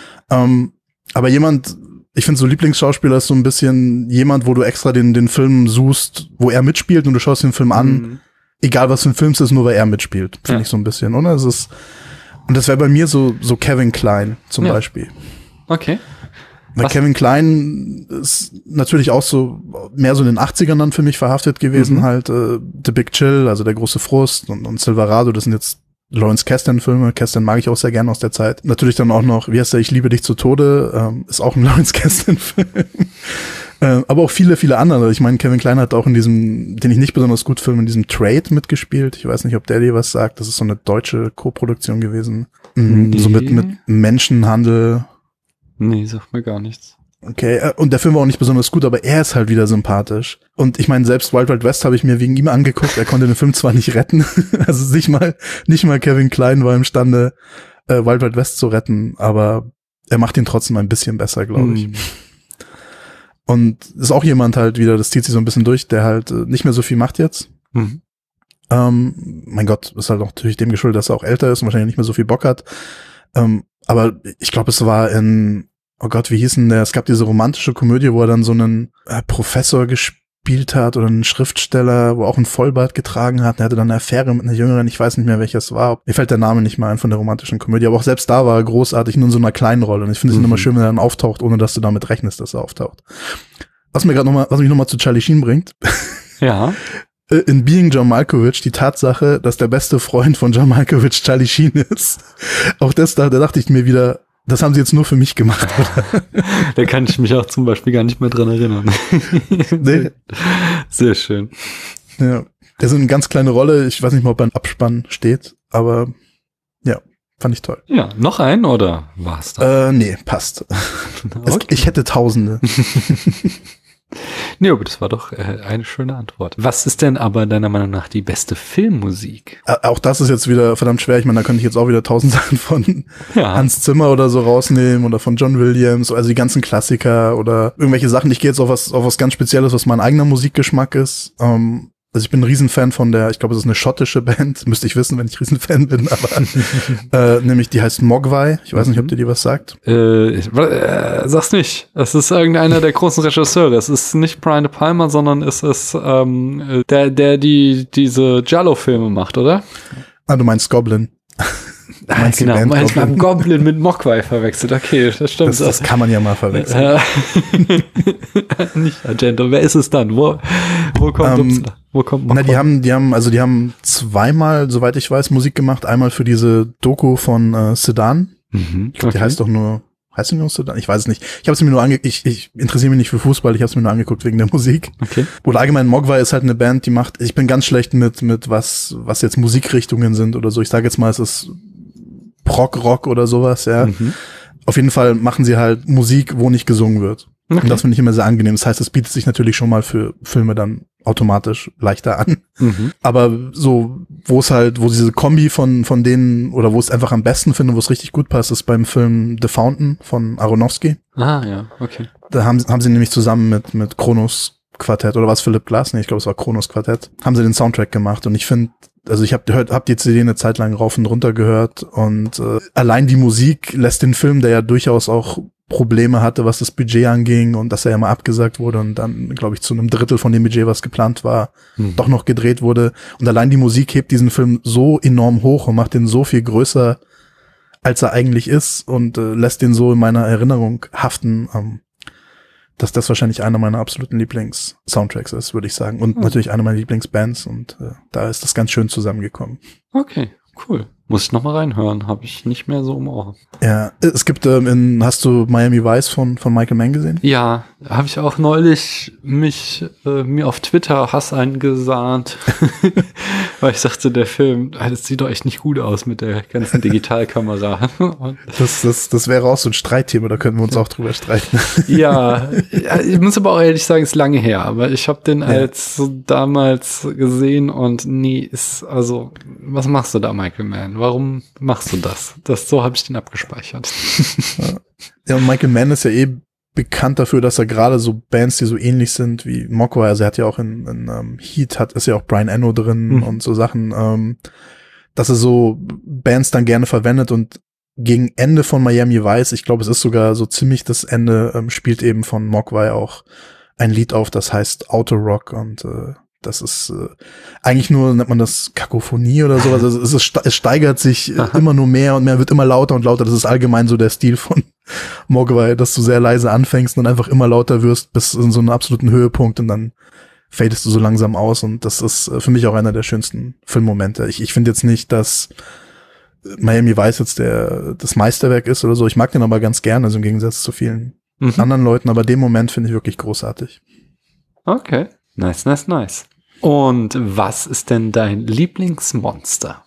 Aber ich finde so Lieblingsschauspieler ist so ein bisschen jemand, wo du extra den Film suchst, wo er mitspielt und du schaust den Film an, egal was für ein Film es ist, nur weil er mitspielt, finde ich so ein bisschen, oder? Und das wäre bei mir so Kevin Kline zum Beispiel. Okay. Weil Kevin Kline ist natürlich auch so mehr so in den 80ern dann für mich verhaftet gewesen, halt The Big Chill, also Der große Frust und Silverado, das sind jetzt Lawrence Kasdan-Filme. Kasdan mag ich auch sehr gerne aus der Zeit. Natürlich dann auch noch, wie heißt der, Ich liebe dich zu Tode, ist auch ein Lawrence Kasdan-Film. Aber auch viele, viele andere. Ich meine, Kevin Kline hat auch in diesem, den ich nicht besonders gut finde, in diesem Trade mitgespielt. Ich weiß nicht, ob der dir was sagt. Das ist so eine deutsche Co-Produktion gewesen. Nee. So mit Menschenhandel. Nee, sagt mir gar nichts. Okay, und der Film war auch nicht besonders gut, aber er ist halt wieder sympathisch. Und ich meine, selbst Wild Wild West habe ich mir wegen ihm angeguckt. Er konnte den Film zwar nicht retten, also nicht mal Kevin Kline war imstande, Wild Wild West zu retten, aber er macht ihn trotzdem ein bisschen besser, glaube ich. Und ist auch jemand halt wieder, das zieht sich so ein bisschen durch, der halt nicht mehr so viel macht jetzt. Mein Gott, ist halt auch natürlich dem geschuldet, dass er auch älter ist und wahrscheinlich nicht mehr so viel Bock hat. Aber ich glaube, es war oh Gott, wie hieß denn der? Es gab diese romantische Komödie, wo er dann so einen Professor gespielt hat oder einen Schriftsteller, wo auch einen Vollbart getragen hat. Er hatte dann eine Affäre mit einer Jüngeren, ich weiß nicht mehr, welches war. Mir fällt der Name nicht mehr ein von der romantischen Komödie, aber auch selbst da war er großartig, nur in so einer kleinen Rolle. Und ich finde es immer schön, wenn er dann auftaucht, ohne dass du damit rechnest, dass er auftaucht. Was mich nochmal zu Charlie Sheen bringt. Ja. In Being John Malkovich die Tatsache, dass der beste Freund von John Malkovich Charlie Sheen ist. Auch da dachte ich mir wieder, das haben sie jetzt nur für mich gemacht, oder? Da kann ich mich auch zum Beispiel gar nicht mehr dran erinnern. Nee. Sehr schön. Ja, der ist eine ganz kleine Rolle. Ich weiß nicht mal, ob er im Abspann steht, aber ja, fand ich toll. Ja, noch ein oder war's das? Nee, passt. Okay. Ich hätte Tausende. Nee, aber das war doch eine schöne Antwort. Was ist denn aber deiner Meinung nach die beste Filmmusik? Auch das ist jetzt wieder verdammt schwer. Ich meine, da könnte ich jetzt auch wieder 1000 Sachen von Ja. Hans Zimmer oder so rausnehmen oder von John Williams, also die ganzen Klassiker oder irgendwelche Sachen. Ich gehe jetzt auf was ganz Spezielles, was mein eigener Musikgeschmack ist. Also ich bin ein Riesenfan von ich glaube, es ist eine schottische Band, müsste ich wissen, wenn ich Riesenfan bin, aber nämlich die heißt Mogwai. Ich weiß nicht, ob dir die was sagt. Sag's nicht. Es ist irgendeiner der großen Regisseure. Es ist nicht Brian De Palma, sondern es ist der diese Giallo-Filme macht, oder? Ah, du meinst Goblin. Genau, manchmal haben Goblin mit Mogwai verwechselt. Okay, das stimmt. Das kann man ja mal verwechseln. Nicht Argento. Wer ist es dann? Wo kommt Mogwai? Die haben zweimal, soweit ich weiß, Musik gemacht. Einmal für diese Doku von Sedan. Mhm, ich glaub, die heißt die nur Sedan? Ich weiß es nicht. Ich habe es mir nur ich interessiere mich nicht für Fußball, ich habe es mir nur angeguckt wegen der Musik. Okay. Oder allgemein Mogwai ist halt eine Band, die macht, ich bin ganz schlecht mit was jetzt Musikrichtungen sind oder so. Ich sage jetzt mal, es ist Prog, Rock oder sowas, ja. Mhm. Auf jeden Fall machen sie halt Musik, wo nicht gesungen wird. Okay. Und das finde ich immer sehr angenehm. Das heißt, es bietet sich natürlich schon mal für Filme dann automatisch leichter an. Mhm. Aber so, wo diese Kombi von denen, oder wo es einfach am besten finde, wo es richtig gut passt, ist beim Film The Fountain von Aronofsky. Ah, ja, okay. Da haben sie nämlich zusammen mit Kronos Quartett, oder was Philipp Glass? Nee, ich glaube, es war Kronos Quartett, haben sie den Soundtrack gemacht. Und ich finde, also ich hab die CD eine Zeit lang rauf und runter gehört und allein die Musik lässt den Film, der ja durchaus auch Probleme hatte, was das Budget anging und dass er ja mal abgesagt wurde und dann, glaube ich, zu einem Drittel von dem Budget, was geplant war, doch noch gedreht wurde. Und allein die Musik hebt diesen Film so enorm hoch und macht den so viel größer, als er eigentlich ist und lässt den so in meiner Erinnerung haften, dass das wahrscheinlich einer meiner absoluten Lieblings-Soundtracks ist, würde ich sagen. Und natürlich eine meiner Lieblingsbands und da ist das ganz schön zusammengekommen. Okay, cool. Muss ich nochmal reinhören, habe ich nicht mehr so im Ohr. Ja, es gibt, hast du Miami Vice von Michael Mann gesehen? Ja, habe ich auch neulich mir auf Twitter Hass eingesahnt, weil ich sagte, der Film, das sieht doch echt nicht gut aus mit der ganzen Digitalkamera. Das wäre auch so ein Streitthema, da könnten wir uns auch drüber streiten. Ja, ich muss aber auch ehrlich sagen, es ist lange her, aber ich habe den als so damals gesehen und was machst du da, Michael Mann? Warum machst du das? So habe ich den abgespeichert. Ja, und Michael Mann ist ja bekannt dafür, dass er gerade so Bands, die so ähnlich sind wie Mogwai, also er hat ja auch in Heat ist ja auch Brian Eno drin und so Sachen, dass er so Bands dann gerne verwendet und gegen Ende von Miami Vice, ich glaube, es ist sogar so ziemlich das Ende, spielt eben von Mogwai auch ein Lied auf, das heißt Auto Rock und das ist eigentlich nur, nennt man das Kakophonie oder sowas. Also es steigert sich immer nur mehr und mehr, wird immer lauter und lauter. Das ist allgemein so der Stil von Mogwai, dass du sehr leise anfängst und einfach immer lauter wirst bis in so einen absoluten Höhepunkt und dann fadest du so langsam aus. Und das ist für mich auch einer der schönsten Filmmomente. Ich finde jetzt nicht, dass Miami Vice jetzt das Meisterwerk ist oder so. Ich mag den aber ganz gerne, also im Gegensatz zu vielen anderen Leuten. Aber den Moment finde ich wirklich großartig. Okay. Nice. Und was ist denn dein Lieblingsmonster?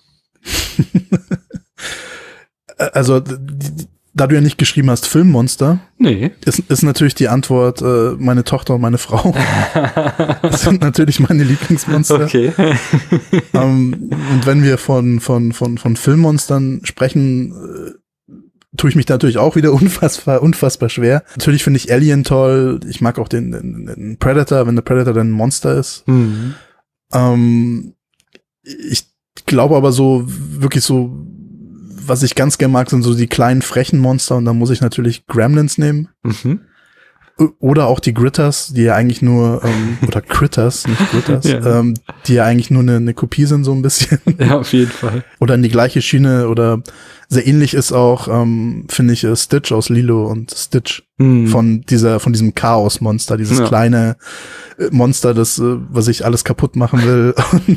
Also, da du ja nicht geschrieben hast, Filmmonster, nee, ist natürlich die Antwort meine Tochter und meine Frau. Das sind natürlich meine Lieblingsmonster. Okay. Und wenn wir von Filmmonstern sprechen, tue ich mich da natürlich auch wieder unfassbar schwer. Natürlich finde ich Alien toll. Ich mag auch den Predator, wenn der Predator dann ein Monster ist. Ich glaube aber so, wirklich so was ich ganz gerne mag, sind so die kleinen frechen Monster und da muss ich natürlich Gremlins nehmen. Mhm. Oder auch die Gritters, die ja eigentlich nur, oder Critters, nicht Gritters, Ja. die ja eigentlich nur eine Kopie sind so ein bisschen. Ja, auf jeden Fall. Oder in die gleiche Schiene oder sehr ähnlich ist auch, finde ich, Stitch aus Lilo und Stitch von diesem Chaos-Monster, dieses kleine Monster, das, was ich alles kaputt machen will.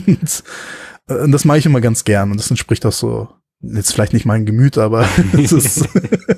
Und das mache ich immer ganz gern und das entspricht auch so, jetzt vielleicht nicht mein Gemüt, aber es ist,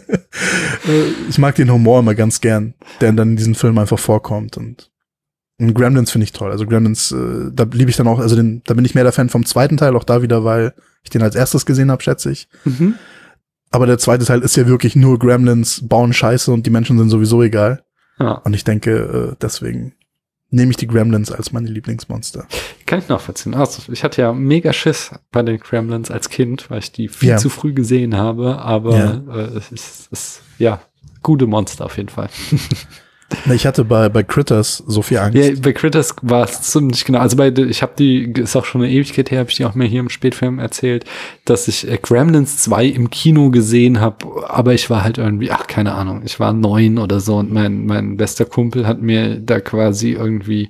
ich mag den Humor immer ganz gern, der dann in diesem Film einfach vorkommt und Gremlins finde ich toll. Also Gremlins, da liebe ich dann auch, also da bin ich mehr der Fan vom zweiten Teil, auch da wieder, weil ich den als erstes gesehen habe, schätze ich. Mhm. Aber der zweite Teil ist ja wirklich nur Gremlins bauen Scheiße und die Menschen sind sowieso egal. Ja. Und ich denke, deswegen nehme ich die Gremlins als meine Lieblingsmonster. Kann ich nachvollziehen. Also, ich hatte ja mega Schiss bei den Gremlins als Kind, weil ich die viel zu früh gesehen habe, aber es ist gute Monster auf jeden Fall. Ich hatte bei Critters so viel Angst. Ja, bei Critters war es ziemlich genau. Also ich habe ist auch schon eine Ewigkeit her, habe ich die auch mal hier im Spätfilm erzählt, dass ich Gremlins 2 im Kino gesehen habe, aber ich war halt irgendwie, keine Ahnung, ich war 9 oder so und mein bester Kumpel hat mir da quasi irgendwie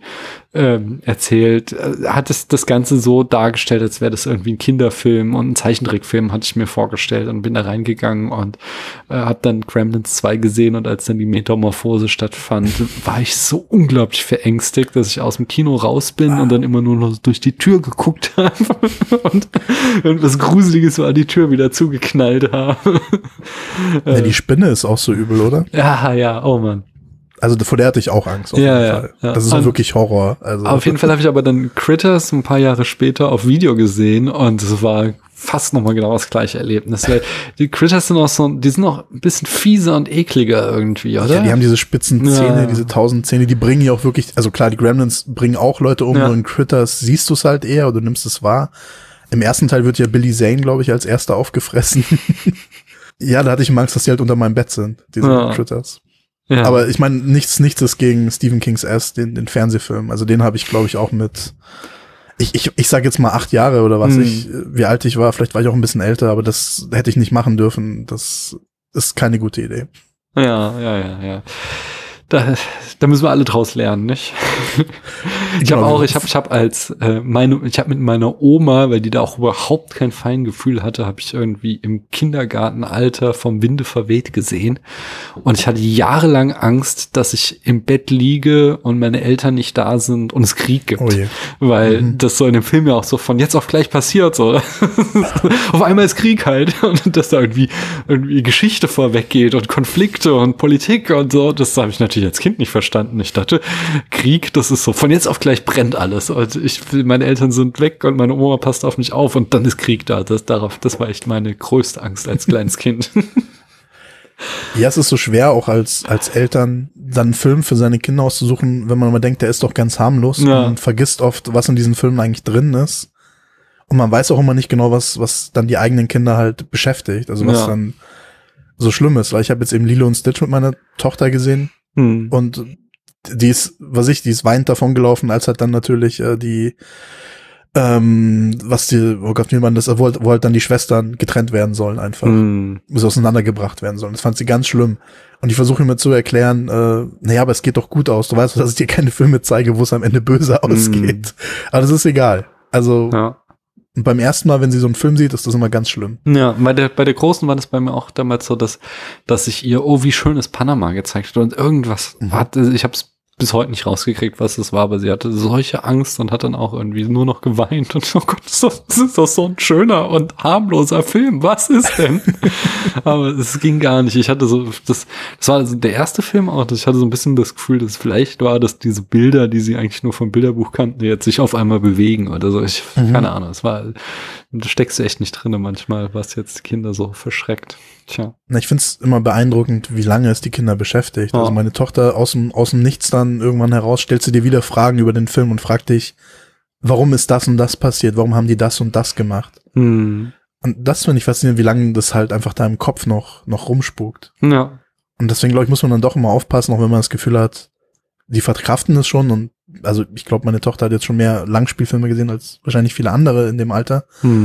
erzählt, hat es das Ganze so dargestellt, als wäre das irgendwie ein Kinderfilm und ein Zeichentrickfilm, hatte ich mir vorgestellt und bin da reingegangen und habe dann Gremlins 2 gesehen und als dann die Metamorphose stattfand, war ich so unglaublich verängstigt, dass ich aus dem Kino raus bin und dann immer nur noch durch die Tür geguckt habe und irgendwas Gruseliges war, die Tür wieder zugeknallt habe. Ja, die Spinne ist auch so übel, oder? Ja, oh Mann. Also vor der hatte ich auch Angst, auf jeden Fall. Ja. Das ist auch wirklich Horror. Also. Auf jeden Fall habe ich aber dann Critters ein paar Jahre später auf Video gesehen und es war fast nochmal genau das gleiche Erlebnis, weil die Critters sind auch die sind auch ein bisschen fieser und ekliger irgendwie, oder? Ja, die haben diese spitzen Zähne, diese 1000 Zähne, die bringen ja auch wirklich, also klar, die Gremlins bringen auch Leute um, nur in Critters siehst du es halt eher oder du nimmst es wahr. Im ersten Teil wird ja Billy Zane, glaube ich, als erster aufgefressen. Ja, da hatte ich Angst, dass die halt unter meinem Bett sind, diese Critters. Ja. Aber ich meine, nichts ist gegen Stephen King's S, den Fernsehfilm. Also den habe ich, glaube ich, auch mit, ich sage jetzt mal 8 Jahre oder was, wie alt ich war. Vielleicht war ich auch ein bisschen älter, aber das hätte ich nicht machen dürfen. Das ist keine gute Idee. Ja. Da müssen wir alle draus lernen, nicht? Ich habe mit meiner Oma, weil die da auch überhaupt kein Feingefühl hatte, habe ich irgendwie im Kindergartenalter vom Winde verweht gesehen. Und ich hatte jahrelang Angst, dass ich im Bett liege und meine Eltern nicht da sind und es Krieg gibt. Oh je. Weil das so in dem Film ja auch so von jetzt auf gleich passiert, so. Auf einmal ist Krieg halt. Und dass da irgendwie Geschichte vorweggeht und Konflikte und Politik und so. Das habe ich natürlich als Kind nicht verstanden. Ich dachte, Krieg, das ist so, von jetzt auf gleich brennt alles. Und meine Eltern sind weg und meine Oma passt auf mich auf und dann ist Krieg da. Das war echt meine größte Angst als kleines Kind. Ja, es ist so schwer, auch als Eltern dann einen Film für seine Kinder auszusuchen, wenn man mal denkt, der ist doch ganz harmlos. Ja. Und man vergisst oft, was in diesen Filmen eigentlich drin ist. Und man weiß auch immer nicht genau, was dann die eigenen Kinder halt beschäftigt. Also was dann so schlimm ist. Weil ich habe jetzt eben Lilo und Stitch mit meiner Tochter gesehen. Und die ist weinend davon gelaufen, als halt dann natürlich wo halt dann die Schwestern getrennt werden sollen einfach. So auseinandergebracht werden sollen. Das fand sie ganz schlimm. Und ich versuche mir zu erklären, aber es geht doch gut aus. Du weißt, dass ich dir keine Filme zeige, wo es am Ende böse ausgeht. Aber das ist egal. Also und beim ersten Mal, wenn sie so einen Film sieht, ist das immer ganz schlimm. Ja, bei der Großen war das bei mir auch damals so, dass ich ihr, wie schön ist Panama gezeigt hat und irgendwas hatte, ich habe es bis heute nicht rausgekriegt, was es war, aber sie hatte solche Angst und hat dann auch irgendwie nur noch geweint und oh Gott, das ist doch so ein schöner und harmloser Film, was ist denn? Aber es ging gar nicht. Ich hatte so, das war also der erste Film auch, ich hatte so ein bisschen das Gefühl, dass vielleicht war, dass diese Bilder, die sie eigentlich nur vom Bilderbuch kannten, jetzt sich auf einmal bewegen oder so. Keine Ahnung, da steckst du echt nicht drin manchmal, was jetzt Kinder so verschreckt. Tja. Ich find's immer beeindruckend, wie lange es die Kinder beschäftigt. Also meine Tochter aus dem Nichts dann irgendwann heraus, stellt sie dir wieder Fragen über den Film und fragt dich, warum ist das und das passiert? Warum haben die das und das gemacht? Und das finde ich faszinierend, wie lange das halt einfach da im Kopf noch rumspukt. Ja. Und deswegen, glaube ich, muss man dann doch immer aufpassen, auch wenn man das Gefühl hat, die verkraften es schon. Und also ich glaube, meine Tochter hat jetzt schon mehr Langspielfilme gesehen als wahrscheinlich viele andere in dem Alter.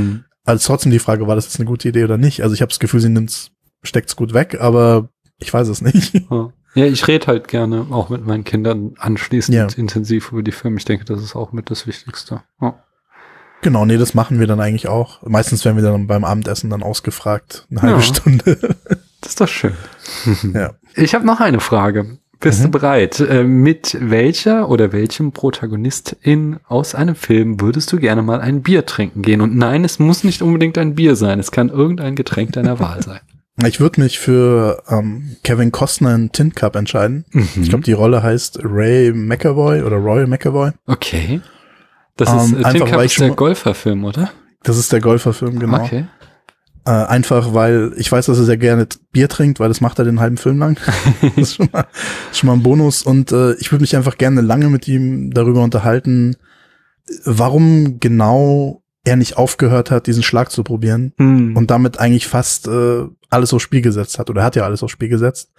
Also trotzdem die Frage, war das jetzt eine gute Idee oder nicht? Also ich habe das Gefühl, sie steckt's gut weg, aber ich weiß es nicht. Ja, ich rede halt gerne auch mit meinen Kindern anschließend intensiv über die Filme. Ich denke, das ist auch mit das Wichtigste. Ja. Genau, nee, das machen wir dann eigentlich auch. Meistens werden wir dann beim Abendessen dann ausgefragt, eine halbe Stunde. Das ist doch schön. Ja. Ich habe noch eine Frage. Bist du bereit? Mit welcher oder welchem Protagonistin aus einem Film würdest du gerne mal ein Bier trinken gehen? Und nein, es muss nicht unbedingt ein Bier sein. Es kann irgendein Getränk deiner Wahl sein. Ich würde mich für Kevin Costner in Tin Cup entscheiden. Ich glaube, die Rolle heißt Roy McAvoy. Okay. Das ist Tin Cup ist der Golferfilm, oder? Das ist der Golferfilm, genau. Okay. Einfach, weil ich weiß, dass er sehr gerne Bier trinkt, weil das macht er den halben Film lang. Das ist schon mal ein Bonus. Und ich würde mich einfach gerne lange mit ihm darüber unterhalten, warum genau er nicht aufgehört hat, diesen Schlag zu probieren und damit eigentlich fast alles aufs Spiel gesetzt hat. Oder er hat ja alles aufs Spiel gesetzt.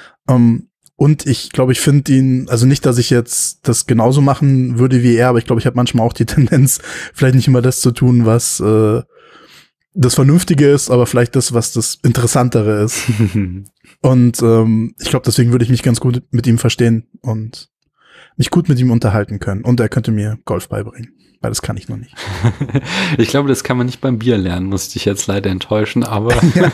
Und ich glaube, ich finde ihn, also nicht, dass ich jetzt das genauso machen würde wie er, aber ich glaube, ich habe manchmal auch die Tendenz, vielleicht nicht immer das zu tun, was das Vernünftige ist, aber vielleicht das, was das Interessantere ist. Und ich glaube, deswegen würde ich mich ganz gut mit ihm verstehen und mich gut mit ihm unterhalten können. Und er könnte mir Golf beibringen, weil das kann ich noch nicht. Ich glaube, das kann man nicht beim Bier lernen, muss ich dich jetzt leider enttäuschen, aber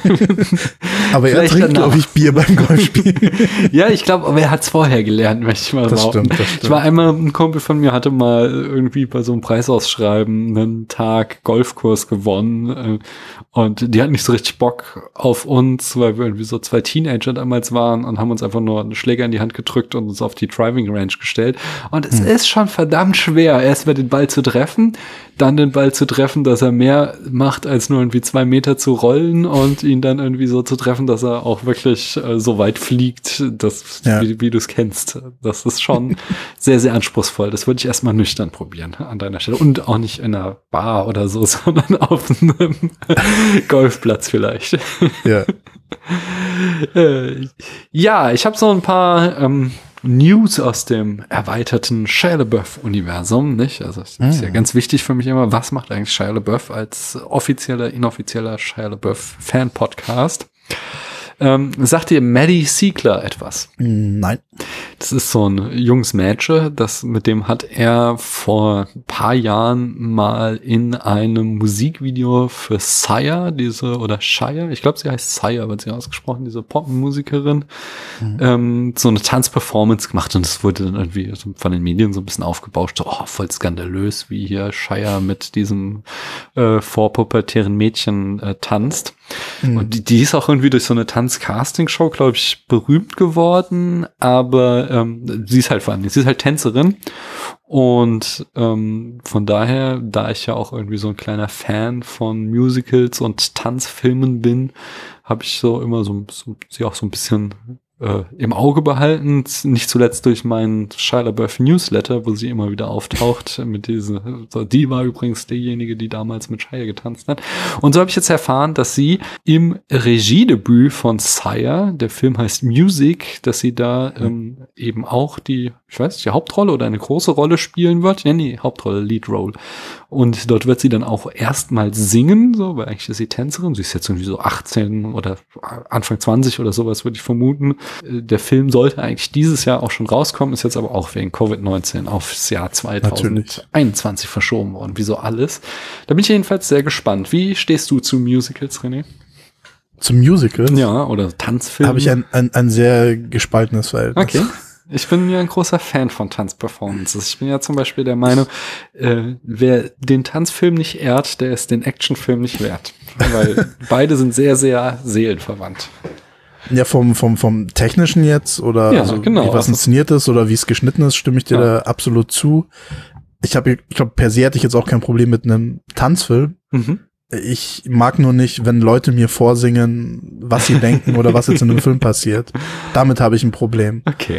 aber er trinkt, glaube ich, Bier beim Golfspielen. Ja, ich glaube, aber er hat es vorher gelernt, möchte ich mal sagen. Das stimmt. Ich war einmal, ein Kumpel von mir hatte mal irgendwie bei so einem Preisausschreiben einen Tag Golfkurs gewonnen und die hatten nicht so richtig Bock auf uns, weil wir irgendwie so 2 Teenager damals waren und haben uns einfach nur einen Schläger in die Hand gedrückt und uns auf die Driving Range gestellt. Und es ist schon verdammt schwer, erstmal den Ball zu treffen, dann den Ball zu treffen, dass er mehr macht, als nur irgendwie 2 Meter zu rollen und ihn dann irgendwie so zu treffen, dass er auch wirklich so weit fliegt, dass, wie du es kennst. Das ist schon sehr, sehr anspruchsvoll. Das würde ich erstmal nüchtern probieren an deiner Stelle. Und auch nicht in einer Bar oder so, sondern auf einem Golfplatz vielleicht. Ja. Ja, ich habe so ein paar News aus dem erweiterten Shia LaBeouf-Universum, nicht? Also das ist ja ganz wichtig für mich immer, was macht eigentlich Shia LaBeouf als offizieller, inoffizieller Shia LaBeouf-Fan-Podcast? Sagt dir Maddie Ziegler etwas? Nein. Das ist so ein junges Mädchen, mit dem hat er vor ein paar Jahren mal in einem Musikvideo für Sia, Shia, ich glaube, sie heißt Sia, wird sie ausgesprochen, diese Popmusikerin, so eine Tanzperformance gemacht und es wurde dann irgendwie von den Medien so ein bisschen aufgebauscht, so, voll skandalös, wie hier Shia mit diesem vorpubertären Mädchen tanzt. Und die ist auch irgendwie durch so eine Tanz-Casting-Show, glaube ich, berühmt geworden, aber sie ist halt Tänzerin und von daher, da ich ja auch irgendwie so ein kleiner Fan von Musicals und Tanzfilmen bin, habe ich so immer sie auch so ein bisschen im Auge behalten, nicht zuletzt durch meinen Shia LaBeouf Newsletter, wo sie immer wieder auftaucht mit die war übrigens diejenige, die damals mit Shia getanzt hat. Und so habe ich jetzt erfahren, dass sie im Regiedebüt von Sia, der Film heißt Music, dass sie da eben auch die Hauptrolle oder eine große Rolle spielen wird. Nee, Hauptrolle, Lead Role. Und dort wird sie dann auch erstmal singen, so, weil eigentlich ist sie Tänzerin. Sie ist jetzt irgendwie so 18 oder Anfang 20 oder sowas, würde ich vermuten. Der Film sollte eigentlich dieses Jahr auch schon rauskommen, ist jetzt aber auch wegen Covid-19 aufs Jahr 2021 verschoben worden, wie so alles. Da bin ich jedenfalls sehr gespannt. Wie stehst du zu Musicals, René? Zum Musical? Ja, oder Tanzfilmen? Habe ich ein sehr gespaltenes Verhältnis. Okay. Ich bin ja ein großer Fan von Tanzperformances. Ich bin ja zum Beispiel der Meinung, wer den Tanzfilm nicht ehrt, der ist den Actionfilm nicht wert. Weil beide sind sehr, sehr seelenverwandt. Ja, vom Technischen jetzt oder genau, wie was inszeniert ist oder wie es geschnitten ist, stimme ich dir da absolut zu. Ich glaube, per se hatte ich jetzt auch kein Problem mit einem Tanzfilm. Ich mag nur nicht, wenn Leute mir vorsingen, was sie denken oder was jetzt in einem Film passiert. Damit habe ich ein Problem. Okay.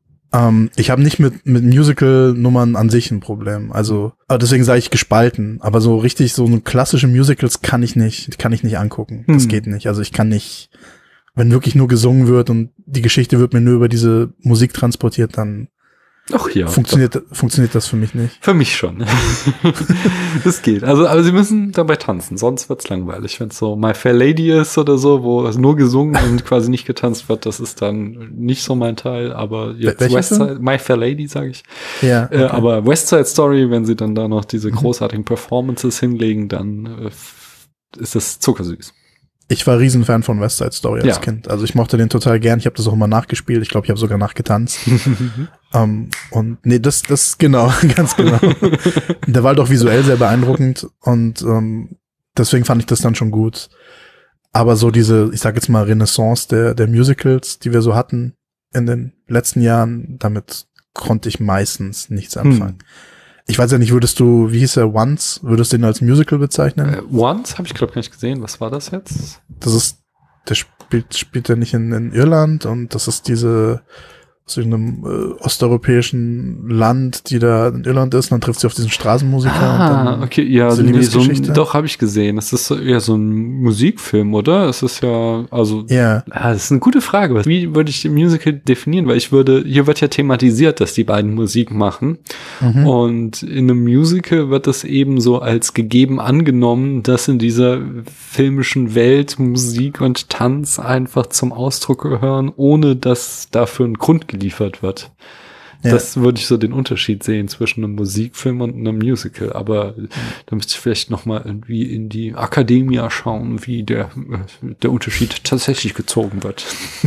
Ich habe nicht mit Musical-Nummern an sich ein Problem. Also, deswegen sage ich gespalten. Aber so richtig, so eine klassische Musicals kann ich nicht angucken. Das geht nicht. Also ich kann nicht, wenn wirklich nur gesungen wird und die Geschichte wird mir nur über diese Musik transportiert, dann Ach ja. Funktioniert das für mich nicht? Für mich schon. Das geht. Also, aber sie müssen dabei tanzen, sonst wird's langweilig. Wenn es so My Fair Lady ist oder so, wo es nur gesungen und quasi nicht getanzt wird, das ist dann nicht so mein Teil. Aber jetzt Westside, My Fair Lady, sage ich. Ja. Okay. Aber West Side Story, wenn sie dann da noch diese großartigen Performances hinlegen, dann ist das zuckersüß. Ich war Riesenfan von West Side Story als Kind. Also ich mochte den total gern. Ich habe das auch immer nachgespielt. Ich glaube, ich habe sogar nachgetanzt. Und nee, das genau, ganz genau. Der war halt auch visuell sehr beeindruckend und deswegen fand ich das dann schon gut. Aber so diese, ich sag jetzt mal, Renaissance der Musicals, die wir so hatten in den letzten Jahren, damit konnte ich meistens nichts anfangen. Ich weiß ja nicht, wie hieß er, Once? Würdest du ihn als Musical bezeichnen? Once habe ich, glaube ich, gar nicht gesehen. Was war das jetzt? Der spielt ja nicht in Irland und das ist diese aus irgendeinem osteuropäischen Land, die da in Irland ist, und dann trifft sie auf diesen Straßenmusiker. und dann okay, ja, doch, habe ich gesehen. Es ist eher so ein Musikfilm, oder? Es ist ja, also, ja, das ist eine gute Frage. Wie würde ich den Musical definieren? Weil hier wird ja thematisiert, dass die beiden Musik machen. Und in einem Musical wird das eben so als gegeben angenommen, dass in dieser filmischen Welt Musik und Tanz einfach zum Ausdruck gehören, ohne dass dafür ein Grund geliefert wird. Ja. Das würde ich so den Unterschied sehen zwischen einem Musikfilm und einem Musical. Aber da müsste ich vielleicht noch mal irgendwie in die Akademie schauen, wie der Unterschied tatsächlich gezogen wird.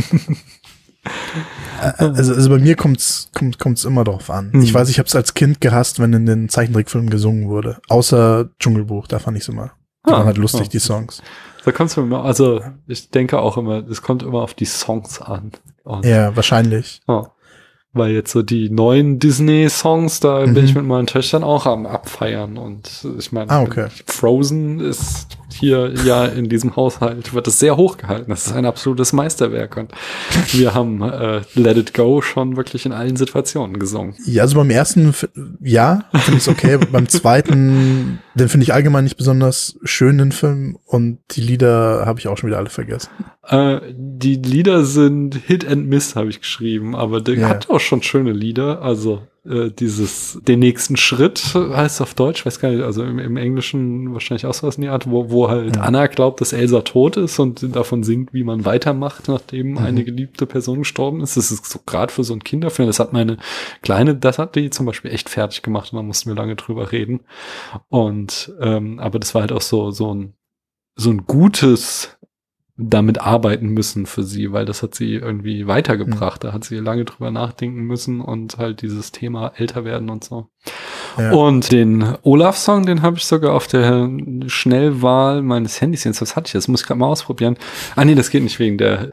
Also bei mir kommt's immer drauf an. Ich weiß, ich habe es als Kind gehasst, wenn in den Zeichentrickfilmen gesungen wurde. Außer Dschungelbuch, da fand ich es immer. Die waren halt lustig, die Songs. Da kommt's mir immer, also ich denke auch immer, es kommt immer auf die Songs an. Und ja, wahrscheinlich. Weil jetzt so die neuen Disney-Songs, da bin ich mit meinen Töchtern auch am Abfeiern. Und ich meine, Frozen ist hier ja in diesem Haushalt, wird es sehr hoch gehalten. Das ist ein absolutes Meisterwerk. Und wir haben Let It Go schon wirklich in allen Situationen gesungen. Ja, also beim ersten, finde ich es okay. Beim zweiten, den finde ich allgemein nicht besonders schön, den Film. Und die Lieder habe ich auch schon wieder alle vergessen. Die Lieder sind Hit and Miss, habe ich geschrieben, aber der hat auch schon schöne Lieder. Also den nächsten Schritt heißt es auf Deutsch, weiß gar nicht, also im Englischen wahrscheinlich auch sowas in die Art, wo halt Anna glaubt, dass Elsa tot ist und davon singt, wie man weitermacht, nachdem eine geliebte Person gestorben ist. Das ist so gerade für so einen Kinderfilm. Das hat meine Kleine, das hat die zum Beispiel echt fertig gemacht und da mussten wir lange drüber reden. Und aber das war halt auch so ein gutes damit arbeiten müssen für sie, weil das hat sie irgendwie weitergebracht. Da hat sie lange drüber nachdenken müssen und halt dieses Thema älter werden und so. Ja. Und den Olaf-Song, den habe ich sogar auf der Schnellwahl meines Handys jetzt. Was hatte ich jetzt? Muss ich gerade mal ausprobieren. Nee, das geht nicht wegen der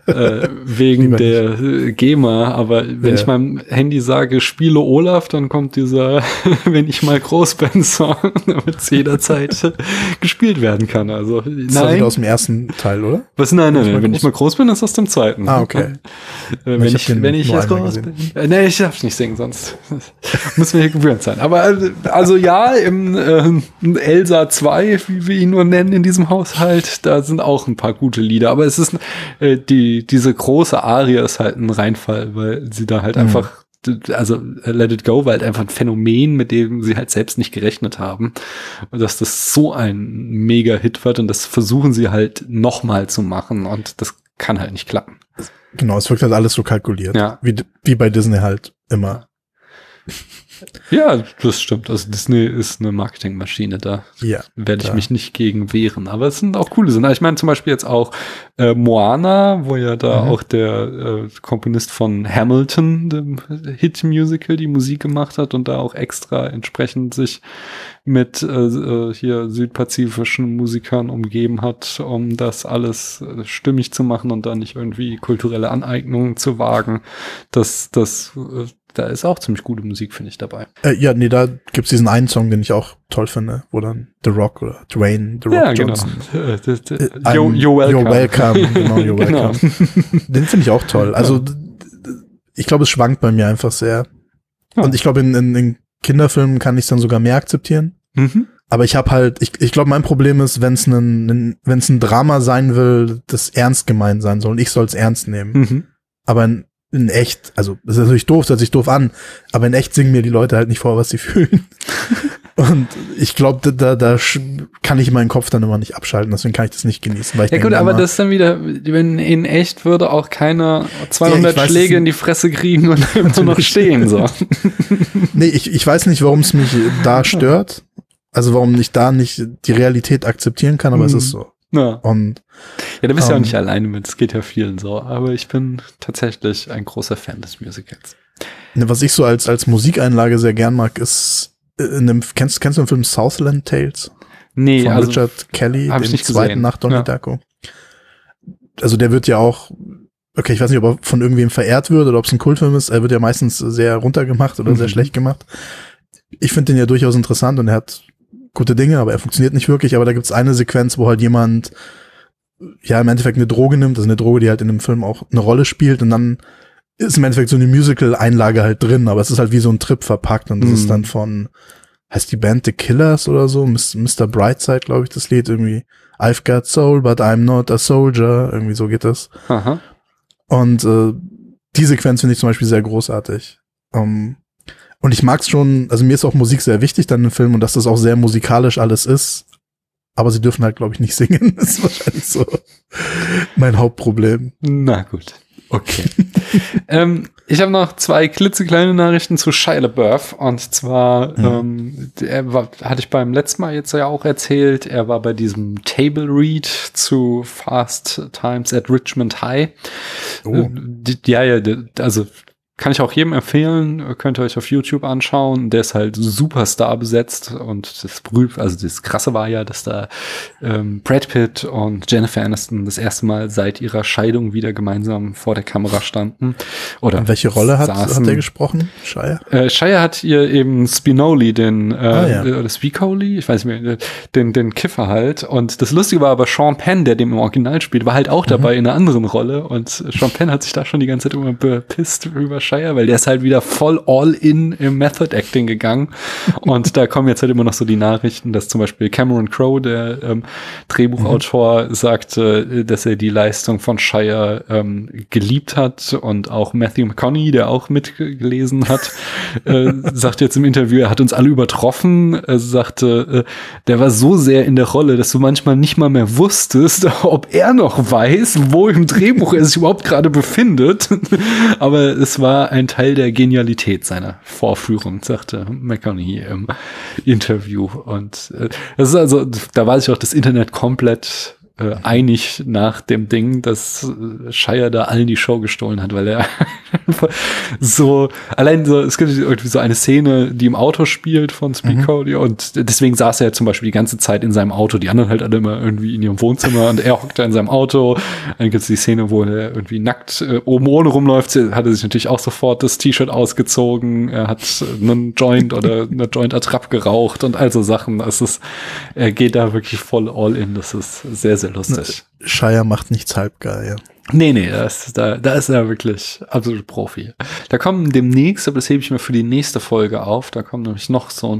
GEMA, aber wenn ich meinem Handy sage, spiele Olaf, dann kommt dieser wenn ich mal groß bin Song, damit es jederzeit gespielt werden kann. Also das war wieder aus dem ersten Teil, oder? Was? Nein. Wenn ich mal groß bin, ist das dem zweiten. Okay. Wenn ich jetzt groß bin. Nee, ich darf nicht singen, sonst müssen wir hier gewöhnt sein. Aber also ja, im Elsa 2, wie wir ihn nur nennen in diesem Haushalt, da sind auch ein paar gute Lieder. Aber es ist diese große Arie ist halt ein Reinfall, weil sie da halt einfach, also Let It Go war halt einfach ein Phänomen, mit dem sie halt selbst nicht gerechnet haben. Und dass das so ein Mega-Hit wird und das versuchen sie halt nochmal zu machen und das kann halt nicht klappen. Genau, es wirkt halt alles so kalkuliert. Ja. Wie bei Disney halt immer. Ja, das stimmt. Also Disney ist eine Marketingmaschine, da werde ich mich nicht gegen wehren. Aber es sind auch coole Sachen. Ich meine zum Beispiel jetzt auch Moana, wo ja da auch der Komponist von Hamilton, dem Hit-Musical, die Musik gemacht hat und da auch extra entsprechend sich mit hier südpazifischen Musikern umgeben hat, um das alles stimmig zu machen und da nicht irgendwie kulturelle Aneignungen zu wagen. Da ist auch ziemlich gute Musik, finde ich, dabei. Da gibt's diesen einen Song, den ich auch toll finde, wo dann The Rock oder Dwayne The Rock Johnson. You're welcome. You're welcome. Genau, you're welcome. Genau. Den finde ich auch toll. Also ich glaube, es schwankt bei mir einfach sehr. Ja. Und ich glaube, in Kinderfilmen kann ich es dann sogar mehr akzeptieren. Aber ich habe halt, ich glaube, mein Problem ist, wenn es ein Drama sein will, das ernst gemeint sein soll und ich soll es ernst nehmen. Aber in echt, also das ist natürlich doof, das hört sich doof an, aber in echt singen mir die Leute halt nicht vor, was sie fühlen. Und ich glaube, da kann ich meinen Kopf dann immer nicht abschalten, deswegen kann ich das nicht genießen. Weil ich ja gut, aber das ist dann wieder, wenn in echt würde auch keiner 200 Schläge in die Fresse kriegen und nur noch stehen, so. Nee, ich weiß nicht, warum es mich da stört, also warum ich da nicht die Realität akzeptieren kann, aber es ist so. Ja. Und ja, da bist du ja auch nicht alleine mit, es geht ja vielen so, aber ich bin tatsächlich ein großer Fan des Musicals. Was ich so als Musikeinlage sehr gern mag, ist kennst du den Film Southland Tales? Nee, von also Richard Kelly, dem zweiten nach Donnie Darko. Also der wird ja auch, okay, ich weiß nicht, ob er von irgendwem verehrt wird oder ob es ein Kultfilm ist, er wird ja meistens sehr runtergemacht oder sehr schlecht gemacht. Ich finde den ja durchaus interessant und er hat gute Dinge, aber er funktioniert nicht wirklich, aber da gibt's eine Sequenz, wo halt jemand ja im Endeffekt eine Droge nimmt, also eine Droge, die halt in dem Film auch eine Rolle spielt und dann ist im Endeffekt so eine Musical-Einlage halt drin, aber es ist halt wie so ein Trip verpackt und das ist dann von, heißt die Band The Killers oder so, Mr. Brightside, glaube ich, das Lied irgendwie, I've got soul, but I'm not a soldier, irgendwie so geht das. Aha. Und die Sequenz finde ich zum Beispiel sehr großartig. Und ich mag's schon, also mir ist auch Musik sehr wichtig dann im Film und dass das auch sehr musikalisch alles ist, aber sie dürfen halt, glaube ich, nicht singen, das ist wahrscheinlich so mein Hauptproblem. Na gut. Okay. Ich habe noch 2 klitzekleine Nachrichten zu Shia LaBeouf. Und zwar hatte ich beim letzten Mal jetzt ja auch erzählt, er war bei diesem Table Read zu Fast Times at Richmond High. Oh. Also kann ich auch jedem empfehlen, könnt ihr euch auf YouTube anschauen. Der ist halt Superstar besetzt und das Krasse war ja, dass da Brad Pitt und Jennifer Aniston das erste Mal seit ihrer Scheidung wieder gemeinsam vor der Kamera standen. Oder und welche Rolle hat der gesprochen, Shia? Shia hat ihr eben Spinoli, oder Spicoli, ich weiß nicht mehr, den Kiffer halt. Und das Lustige war aber, Sean Penn, der dem im Original spielt, war halt auch dabei in einer anderen Rolle. Und Sean Penn hat sich da schon die ganze Zeit immer bepisst über Shia, weil der ist halt wieder voll all in im Method Acting gegangen. Und da kommen jetzt halt immer noch so die Nachrichten, dass zum Beispiel Cameron Crowe, der Drehbuchautor, sagte, dass er die Leistung von Shia geliebt hat, und auch Matthew McConaughey, der auch mitgelesen hat, sagt jetzt im Interview, er hat uns alle übertroffen. Er sagte, der war so sehr in der Rolle, dass du manchmal nicht mal mehr wusstest, ob er noch weiß, wo im Drehbuch er sich überhaupt gerade befindet. Aber es war ein Teil der Genialität seiner Vorführung, sagte McConaughey im Interview. Und das ist also, da war sich auch das Internet komplett einig nach dem Ding, dass Shia da allen die Show gestohlen hat, weil er so, allein so, es gibt irgendwie so eine Szene, die im Auto spielt von Spicoli, und deswegen saß er zum Beispiel die ganze Zeit in seinem Auto, die anderen halt alle immer irgendwie in ihrem Wohnzimmer und er hockt da in seinem Auto. Dann gibt es die Szene, wo er irgendwie nackt oben ohne rumläuft, hat er sich natürlich auch sofort das T-Shirt ausgezogen, er hat einen Joint oder eine Joint-Attrappe geraucht und all so Sachen. Er geht da wirklich voll all in, das ist sehr, sehr lustig. Shia macht nichts halb geil, ja. Nee, da ist er wirklich absolut Profi. Da kommen demnächst, aber das hebe ich mir für die nächste Folge auf, da kommt nämlich noch so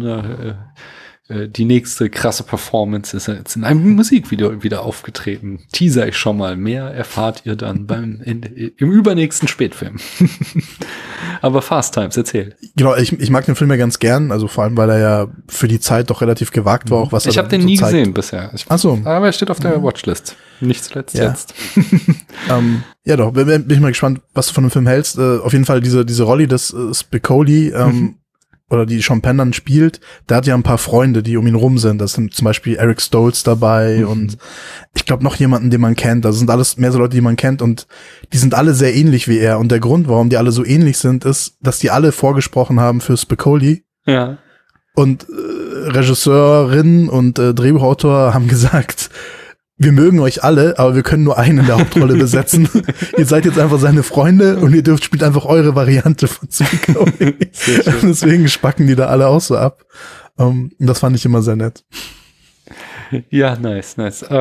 die nächste krasse Performance, ist er jetzt in einem Musikvideo wieder aufgetreten. Teaser ich schon mal, mehr erfahrt ihr dann im übernächsten Spätfilm. Aber Fast Times, erzähl. Genau, ich mag den Film ja ganz gern, also vor allem, weil er ja für die Zeit doch relativ gewagt war, auch was ich habe den nie gesehen bisher. Ach so. Aber er steht auf der Watchlist. Nicht zuletzt jetzt. Ja doch, bin ich mal gespannt, was du von dem Film hältst. Auf jeden Fall diese Rolle des Spicoli, oder die Sean Penn dann spielt, der hat ja ein paar Freunde, die um ihn rum sind. Das sind zum Beispiel Eric Stoltz dabei und ich glaube noch jemanden, den man kennt. Das sind alles mehr so Leute, die man kennt, und die sind alle sehr ähnlich wie er. Und der Grund, warum die alle so ähnlich sind, ist, dass die alle vorgesprochen haben für Spicoli. Ja. Und Regisseurin und Drehbuchautor haben gesagt, wir mögen euch alle, aber wir können nur einen in der Hauptrolle besetzen. Ihr seid jetzt einfach seine Freunde und ihr spielt einfach eure Variante von Spicoli. Deswegen spacken die da alle auch so ab. Und das fand ich immer sehr nett. Ja, nice.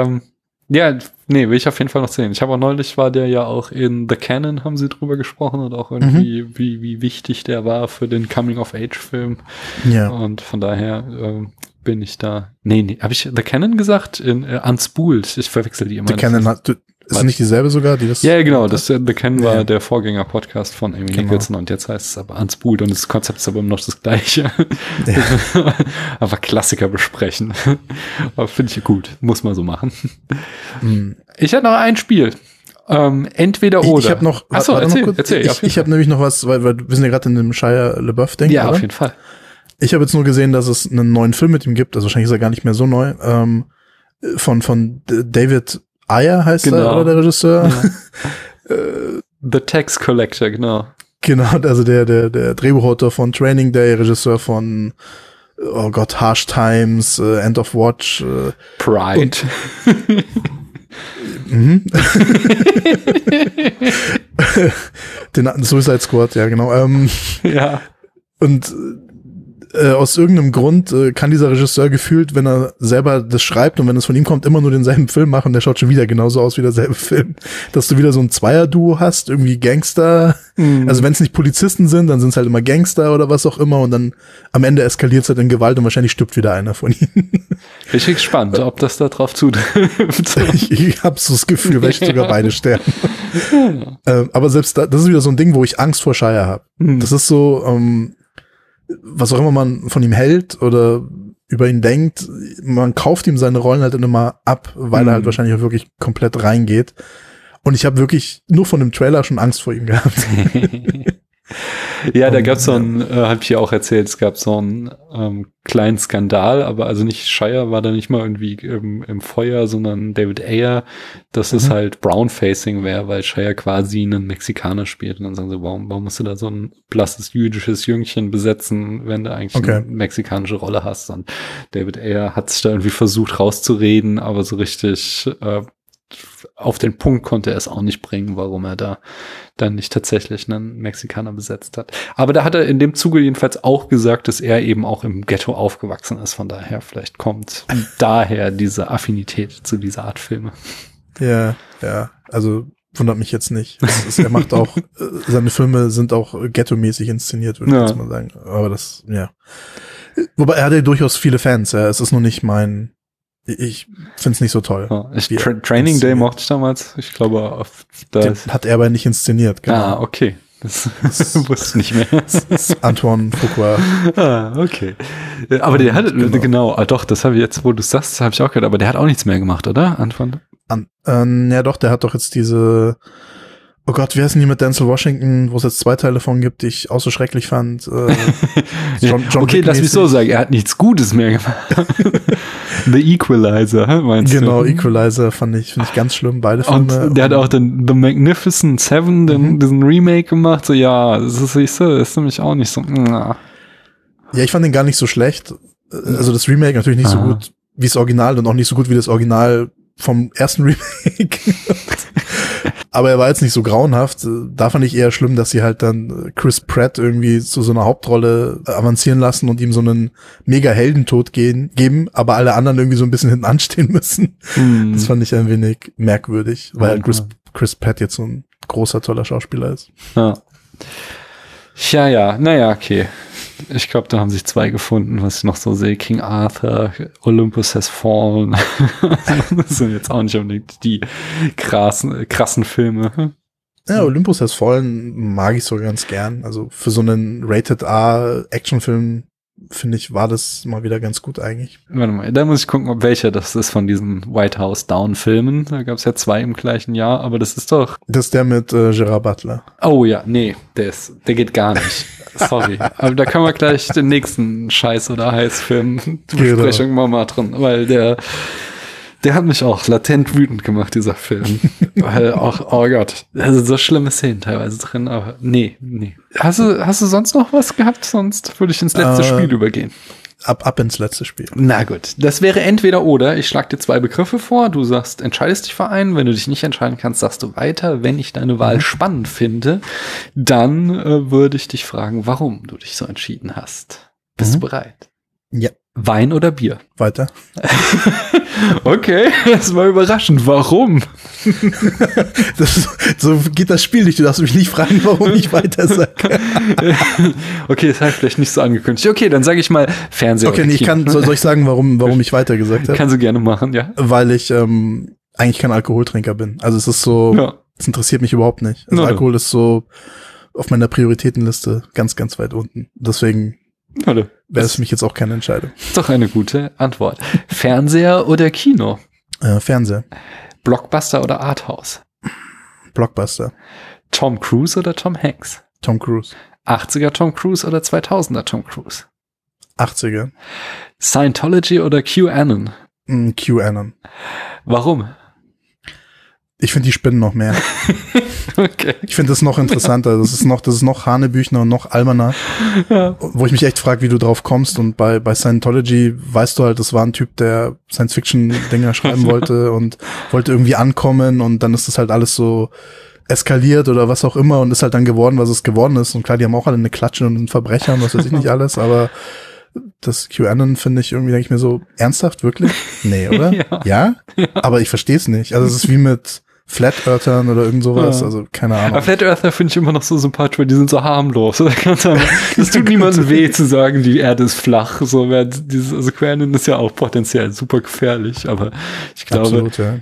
Will ich auf jeden Fall noch sehen. Ich habe auch neulich, war der ja auch in The Canon, haben sie drüber gesprochen, und auch irgendwie, wie wichtig der war für den Coming-of-Age-Film. Ja. Und von daher bin ich da. Nee, habe ich The Canon gesagt? Unspooled. Ich verwechsel die immer. The Canon Ist es nicht dieselbe sogar, die das? Ja, genau. Das The Ken war der Vorgänger-Podcast von Amy Nicholson und jetzt heißt es aber Unspooled und das Konzept ist aber immer noch das gleiche. Ja. Aber Klassiker besprechen. Aber finde ich gut. Muss man so machen. Ich hätte noch ein Spiel. Entweder oder. Ich habe noch. Achso, erzähl. Ich habe nämlich noch was, weil wir sind ja gerade in dem Shia LaBeouf-Ding. Ja, oder? auf jeden Fall. Ich habe jetzt nur gesehen, dass es einen neuen Film mit ihm gibt. Also wahrscheinlich ist er gar nicht mehr so neu. Von David Ayer heißt er, oder der Regisseur? Ja. The Tax Collector, genau. Genau, also der Drehbuchautor von Training Day, Regisseur von oh Gott, Harsh Times, End of Watch. Pride. Den Suicide Squad, ja genau. Ja. Und aus irgendeinem Grund kann dieser Regisseur gefühlt, wenn er selber das schreibt und wenn es von ihm kommt, immer nur denselben Film machen. Der schaut schon wieder genauso aus wie derselbe Film. Dass du wieder so ein Zweier-Duo hast, irgendwie Gangster. Also wenn es nicht Polizisten sind, dann sind es halt immer Gangster oder was auch immer und dann am Ende eskaliert es halt in Gewalt und wahrscheinlich stirbt wieder einer von ihnen. Ich bin gespannt, ob das da drauf zutrifft. Ich habe so das Gefühl, vielleicht sogar beide sterben. Aber selbst das ist wieder so ein Ding, wo ich Angst vor Shia habe. Das ist so, was auch immer man von ihm hält oder über ihn denkt, man kauft ihm seine Rollen halt immer ab, weil er halt wahrscheinlich auch wirklich komplett reingeht. Und ich habe wirklich nur von dem Trailer schon Angst vor ihm gehabt. Ja, da gab's so einen, hab ich ja auch erzählt, es gab so einen kleinen Skandal, aber also nicht Shia war da nicht mal irgendwie im Feuer, sondern David Ayer, dass es halt Brown-Facing wäre, weil Shia quasi einen Mexikaner spielt. Und dann sagen sie, warum musst du da so ein blasses jüdisches Jüngchen besetzen, wenn du eigentlich eine mexikanische Rolle hast? Und David Ayer hat sich da irgendwie versucht rauszureden, aber so richtig auf den Punkt konnte er es auch nicht bringen, warum er da dann nicht tatsächlich einen Mexikaner besetzt hat. Aber da hat er in dem Zuge jedenfalls auch gesagt, dass er eben auch im Ghetto aufgewachsen ist. Von daher vielleicht kommt daher diese Affinität zu dieser Art Filme. Ja, also wundert mich jetzt nicht. Er macht auch, seine Filme sind auch ghetto-mäßig inszeniert, würde ich jetzt mal sagen. Aber das, ja. Wobei er hat ja durchaus viele Fans. Ja. Es ist nur nicht ich finde es nicht so toll. Ja, Training Day mochte ich damals. Ich glaube, das hat er aber nicht inszeniert. Genau. Ah, okay. Das wusste ich nicht mehr. Das ist Antoine Fuqua. Ah, okay. Aber der hat, genau, doch, das habe ich jetzt, wo du sagst, habe ich auch gehört, aber der hat auch nichts mehr gemacht, oder, Antoine? Ja doch, der hat doch jetzt diese, oh Gott, wie heißen die mit Denzel Washington, wo es jetzt 2 Teile von gibt, die ich auch so schrecklich fand. John okay, lass mich so sagen, er hat nichts Gutes mehr gemacht. The Equalizer, meinst du? Genau, Equalizer finde ich ganz schlimm, beide Filme. Und der hat auch den The Magnificent Seven, diesen Remake gemacht, so ja, das ist nämlich auch nicht so. Ja, ich fand den gar nicht so schlecht. Also das Remake natürlich nicht so gut wie das Original und auch nicht so gut wie das Original vom ersten Remake. Aber er war jetzt nicht so grauenhaft. Da fand ich eher schlimm, dass sie halt dann Chris Pratt irgendwie zu so einer Hauptrolle avancieren lassen und ihm so einen mega Heldentod geben, aber alle anderen irgendwie so ein bisschen hinten anstehen müssen. Das fand ich ein wenig merkwürdig, weil halt Chris Pratt jetzt so ein großer, toller Schauspieler ist. Ja, naja, okay. Ich glaube, da haben sich 2 gefunden, was ich noch so sehe. King Arthur, Olympus Has Fallen. Das sind jetzt auch nicht unbedingt die krassen Filme. Ja, Olympus Has Fallen mag ich sogar ganz gern. Also für so einen Rated-R-Actionfilm, finde ich, war das mal wieder ganz gut eigentlich. Warte mal, da muss ich gucken, ob welcher das ist von diesen White House Down-Filmen. Da gab es ja 2 im gleichen Jahr, aber das ist doch... Das ist der mit Gerard Butler. Oh ja, nee, der geht gar nicht. Sorry, aber da können wir gleich den nächsten Scheiß- oder Heiß-Film-Besprechung mal drin, weil der hat mich auch latent wütend gemacht, dieser Film. Weil auch, oh Gott, da sind so schlimme Szenen teilweise drin, aber nee. Hast du sonst noch was gehabt? Sonst würde ich ins letzte Spiel übergehen. Ab ins letzte Spiel. Na gut, das wäre entweder oder. Ich schlage dir 2 Begriffe vor. Du sagst, entscheidest dich für einen. Wenn du dich nicht entscheiden kannst, sagst du weiter. Wenn ich deine Wahl spannend finde, dann würde ich dich fragen, warum du dich so entschieden hast. Bist du bereit? Ja. Wein oder Bier? Weiter. Okay, das war überraschend. Warum? So geht das Spiel nicht. Du darfst mich nicht fragen, warum ich weiter sage. Okay, das habe ich vielleicht nicht so angekündigt. Okay, dann sage ich mal Fernseher. Okay, nee, soll ich sagen, warum ich weiter gesagt habe? Kannst du gerne machen, ja. Weil ich eigentlich kein Alkoholtrinker bin. Also es ist so, es interessiert mich überhaupt nicht. Also Alkohol ist so auf meiner Prioritätenliste ganz, ganz weit unten. Deswegen wäre es für mich jetzt auch keine Entscheidung. Ist doch eine gute Antwort. Fernseher oder Kino? Fernseher. Blockbuster oder Arthouse? Blockbuster. Tom Cruise oder Tom Hanks? Tom Cruise. 80er Tom Cruise oder 2000er Tom Cruise? 80er. Scientology oder QAnon? QAnon. Warum? Ich finde, die spinnen noch mehr. Okay. Ich finde das noch interessanter. Das ist noch Hanebüchner und noch alberner. Ja. Wo ich mich echt frage, wie du drauf kommst. Und bei Scientology weißt du halt, das war ein Typ, der Science-Fiction-Dinger schreiben wollte und wollte irgendwie ankommen. Und dann ist das halt alles so eskaliert oder was auch immer und ist halt dann geworden, was es geworden ist. Und klar, die haben auch alle eine Klatsche und einen Verbrecher und was weiß ich nicht alles. Aber das QAnon finde ich irgendwie, denke ich mir so, ernsthaft, wirklich? Nee, oder? Ja? Aber ich verstehe es nicht. Also es ist wie mit Flat Earthern oder irgend sowas, also keine Ahnung. Aber Flat Earther finde ich immer noch so sympathisch, weil die sind so harmlos. Das tut niemandem weh zu sagen, die Erde ist flach. So, also QAnon ist ja auch potenziell super gefährlich, aber ich glaube, absolut, ja.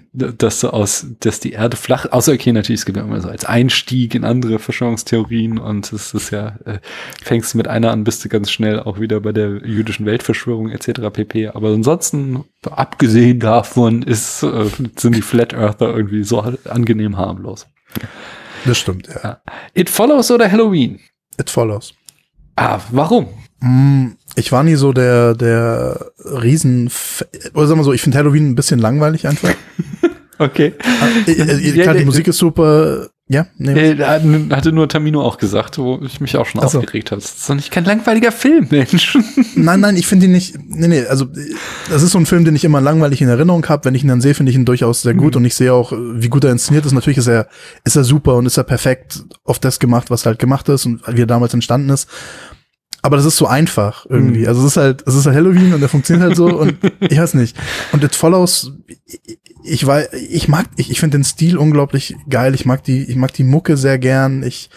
dass die Erde flach, außer okay, natürlich, es gibt ja immer so als Einstieg in andere Verschwörungstheorien und es ist ja, fängst du mit einer an, bist du ganz schnell auch wieder bei der jüdischen Weltverschwörung etc. pp. Aber ansonsten, abgesehen davon, sind die Flat Earther irgendwie so angenehm harmlos. Das stimmt, ja. It Follows oder Halloween? It Follows. Warum? Ich war nie so der Riesen, oder sagen wir so, ich finde Halloween ein bisschen langweilig einfach. Okay. Klar, die Musik ist super. Ja, hatte nur Tamino auch gesagt, wo ich mich auch schon aufgeregt habe. Das ist doch nicht kein langweiliger Film, Mensch. Nein, ich finde ihn nicht, also das ist so ein Film, den ich immer langweilig in Erinnerung habe. Wenn ich ihn dann sehe, finde ich ihn durchaus sehr gut und ich sehe auch, wie gut er inszeniert ist. Natürlich ist er super und ist er perfekt auf das gemacht, was halt gemacht ist und wie er damals entstanden ist. Aber das ist so einfach irgendwie. Also es ist halt Halloween und der funktioniert halt so und ich weiß nicht. Und It Follows, ich finde den Stil unglaublich geil. Ich mag die Mucke sehr gern. Ich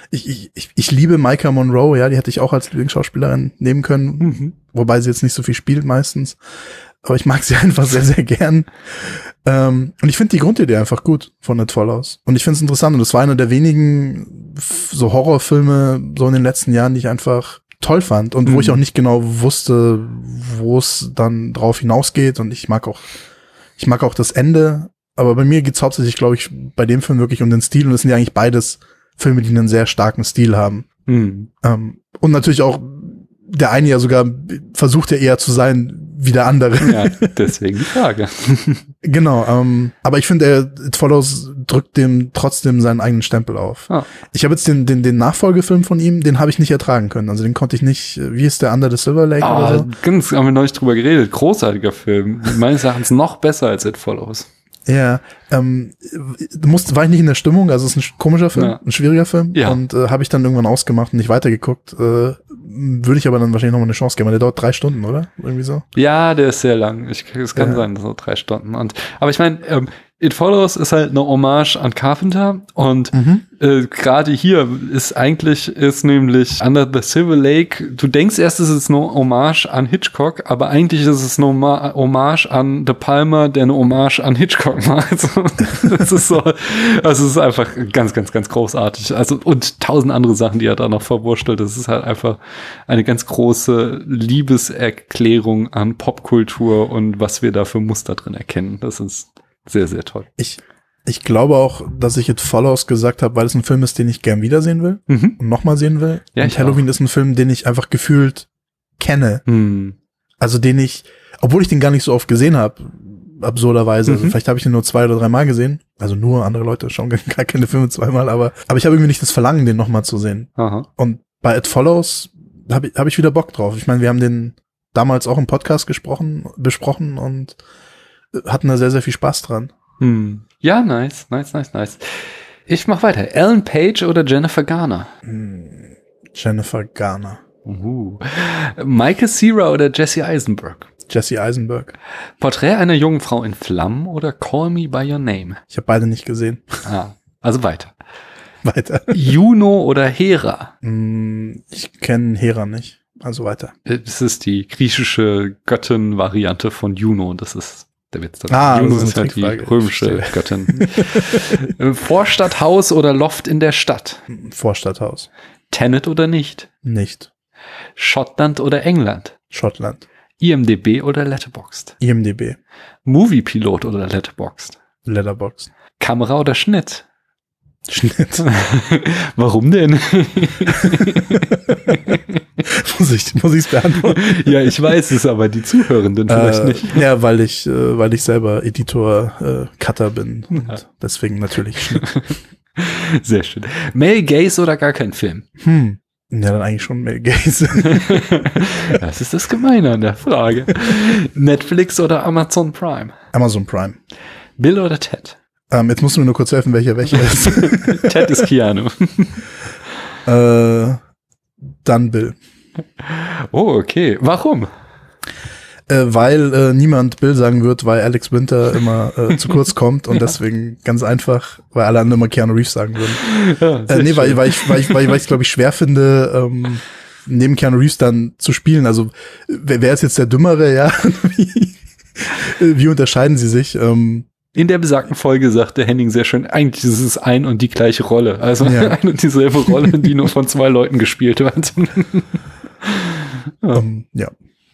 liebe Maika Monroe, ja, die hätte ich auch als Lieblingsschauspielerin nehmen können, wobei sie jetzt nicht so viel spielt meistens. Aber ich mag sie einfach sehr, sehr gern. Und ich finde die Grundidee einfach gut von It Follows. Und ich finde es interessant. Und es war einer der wenigen so Horrorfilme so in den letzten Jahren, die ich einfach toll fand und wo ich auch nicht genau wusste, wo es dann drauf hinausgeht. Und ich mag auch das Ende. Aber bei mir geht's hauptsächlich, glaube ich, bei dem Film wirklich um den Stil. Und es sind ja eigentlich beides Filme, die einen sehr starken Stil haben. Und natürlich auch der eine ja sogar versucht ja eher zu sein wie der andere. Ja, deswegen die Frage. Genau, aber ich finde, It Follows drückt dem trotzdem seinen eigenen Stempel auf. Ich habe jetzt den Nachfolgefilm von ihm, den habe ich nicht ertragen können. Also den konnte ich nicht, wie ist der, Under the Silver Lake oder so? Ganz, haben wir neulich drüber geredet. Großartiger Film. Meines Erachtens noch besser als It Follows. Ja, war ich nicht in der Stimmung, also es ist ein komischer Film, ein schwieriger Film und habe ich dann irgendwann ausgemacht und nicht weitergeguckt. Würde ich aber dann wahrscheinlich nochmal eine Chance geben, weil der dauert 3 Stunden, oder? Irgendwie so. Ja, der ist sehr lang. Es kann sein, so 3 Stunden. Aber ich meine, It Follows ist halt eine Hommage an Carpenter und gerade hier ist nämlich Under the Silver Lake, du denkst erst, es ist eine Hommage an Hitchcock, aber eigentlich ist es eine Hommage an De Palma, der eine Hommage an Hitchcock macht. Das ist so, also es ist einfach ganz, ganz, ganz großartig. Also und 1000 andere Sachen, die er da noch verwurschtelt. Das ist halt einfach eine ganz große Liebeserklärung an Popkultur und was wir da für Muster drin erkennen. Das ist sehr, sehr toll. Ich glaube auch, dass ich It Follows gesagt habe, weil es ein Film ist, den ich gern wiedersehen will und nochmal sehen will. Ja, und Halloween ist ein Film, den ich einfach gefühlt kenne. Also obwohl ich den gar nicht so oft gesehen habe, absurderweise. Also vielleicht habe ich den nur 2 oder 3 Mal gesehen. Also nur, andere Leute schauen gar keine Filme 2-mal, aber ich habe irgendwie nicht das Verlangen, den nochmal zu sehen. Aha. Und bei It Follows habe ich wieder Bock drauf. Ich meine, wir haben den damals auch im Podcast besprochen und hatten da sehr, sehr viel Spaß dran. Ja, nice. Ich mach weiter. Ellen Page oder Jennifer Garner? Jennifer Garner. Michael Cera oder Jesse Eisenberg? Jesse Eisenberg. Porträt einer jungen Frau in Flammen oder Call Me By Your Name? Ich habe beide nicht gesehen. Also weiter. Juno oder Hera? Ich kenne Hera nicht. Also weiter. Das ist die griechische Göttin-Variante von Juno. Das ist der Witz. Juno ist halt die römische Göttin. Vorstadthaus oder Loft in der Stadt? Vorstadthaus. Tenet oder nicht? Nicht. Schottland oder England? Schottland. IMDb oder Letterboxd? IMDb. Moviepilot oder Letterboxd? Letterboxd. Kamera oder Schnitt? Schnitt. Warum denn? Muss ich's beantworten? Ja, ich weiß es, aber die Zuhörenden vielleicht nicht. Ja, weil ich selber Editor, Cutter bin und deswegen natürlich Schnitt. Sehr schön. Male Gaze oder gar kein Film? Ja, dann eigentlich schon Male Gaze. Das ist das Gemeine an der Frage. Netflix oder Amazon Prime? Amazon Prime. Bill oder Ted? Jetzt musst du mir nur kurz helfen, welcher ist. Ted ist Keanu. Dann Bill. Oh, okay. Warum? Weil niemand Bill sagen wird, weil Alex Winter immer zu kurz kommt und deswegen ganz einfach, weil alle anderen immer Keanu Reeves sagen würden. Ja, weil ich glaube ich schwer finde, neben Keanu Reeves dann zu spielen. Also wer ist jetzt der Dümmere, ja? Wie unterscheiden sie sich? In der besagten Folge sagte Henning sehr schön, eigentlich ist es ein und die gleiche Rolle. Also eine und dieselbe Rolle, die nur von 2 Leuten gespielt wird. Ja.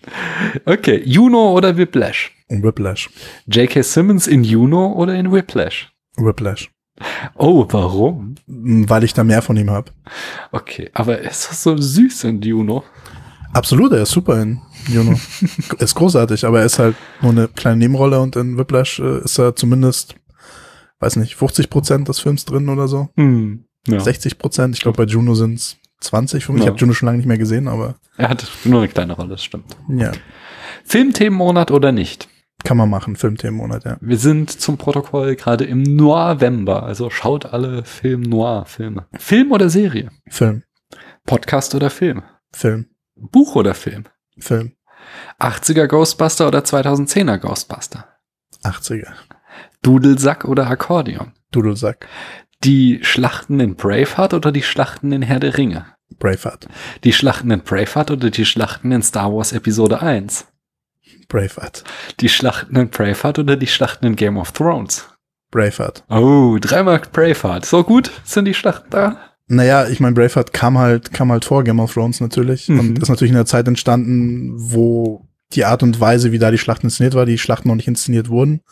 Okay, Juno oder Whiplash? Whiplash. J.K. Simmons in Juno oder in Whiplash? Whiplash. Oh, warum? Weil ich da mehr von ihm habe. Okay, aber ist das so süß in Juno? Absolut, er ist super in Juno. Ist großartig, aber er ist halt nur eine kleine Nebenrolle und in Whiplash ist er zumindest, weiß nicht, 50% des Films drin oder so. Ja. 60%. Ich glaube, bei Juno sind es 20. Ich habe Juno schon lange nicht mehr gesehen, aber. Er hat nur eine kleine Rolle, das stimmt. Ja. Filmthemenmonat oder nicht? Kann man machen, Filmthemenmonat, ja. Wir sind zum Protokoll gerade im November, also schaut alle Film-Noir-Filme. Film oder Serie? Film. Podcast oder Film? Film. Buch oder Film? Film. 80er Ghostbuster oder 2010er Ghostbuster? 80er. Dudelsack oder Akkordeon? Dudelsack. Die Schlachten in Braveheart oder die Schlachten in Herr der Ringe? Braveheart. Die Schlachten in Braveheart oder die Schlachten in Star Wars Episode 1? Braveheart. Die Schlachten in Braveheart oder die Schlachten in Game of Thrones? Braveheart. Oh, 3-mal Braveheart. So gut sind die Schlachten da? Naja, ich meine, Braveheart kam halt vor Game of Thrones natürlich und ist natürlich in der Zeit entstanden, wo die Art und Weise, wie da die Schlacht inszeniert war, die Schlachten noch nicht inszeniert wurden.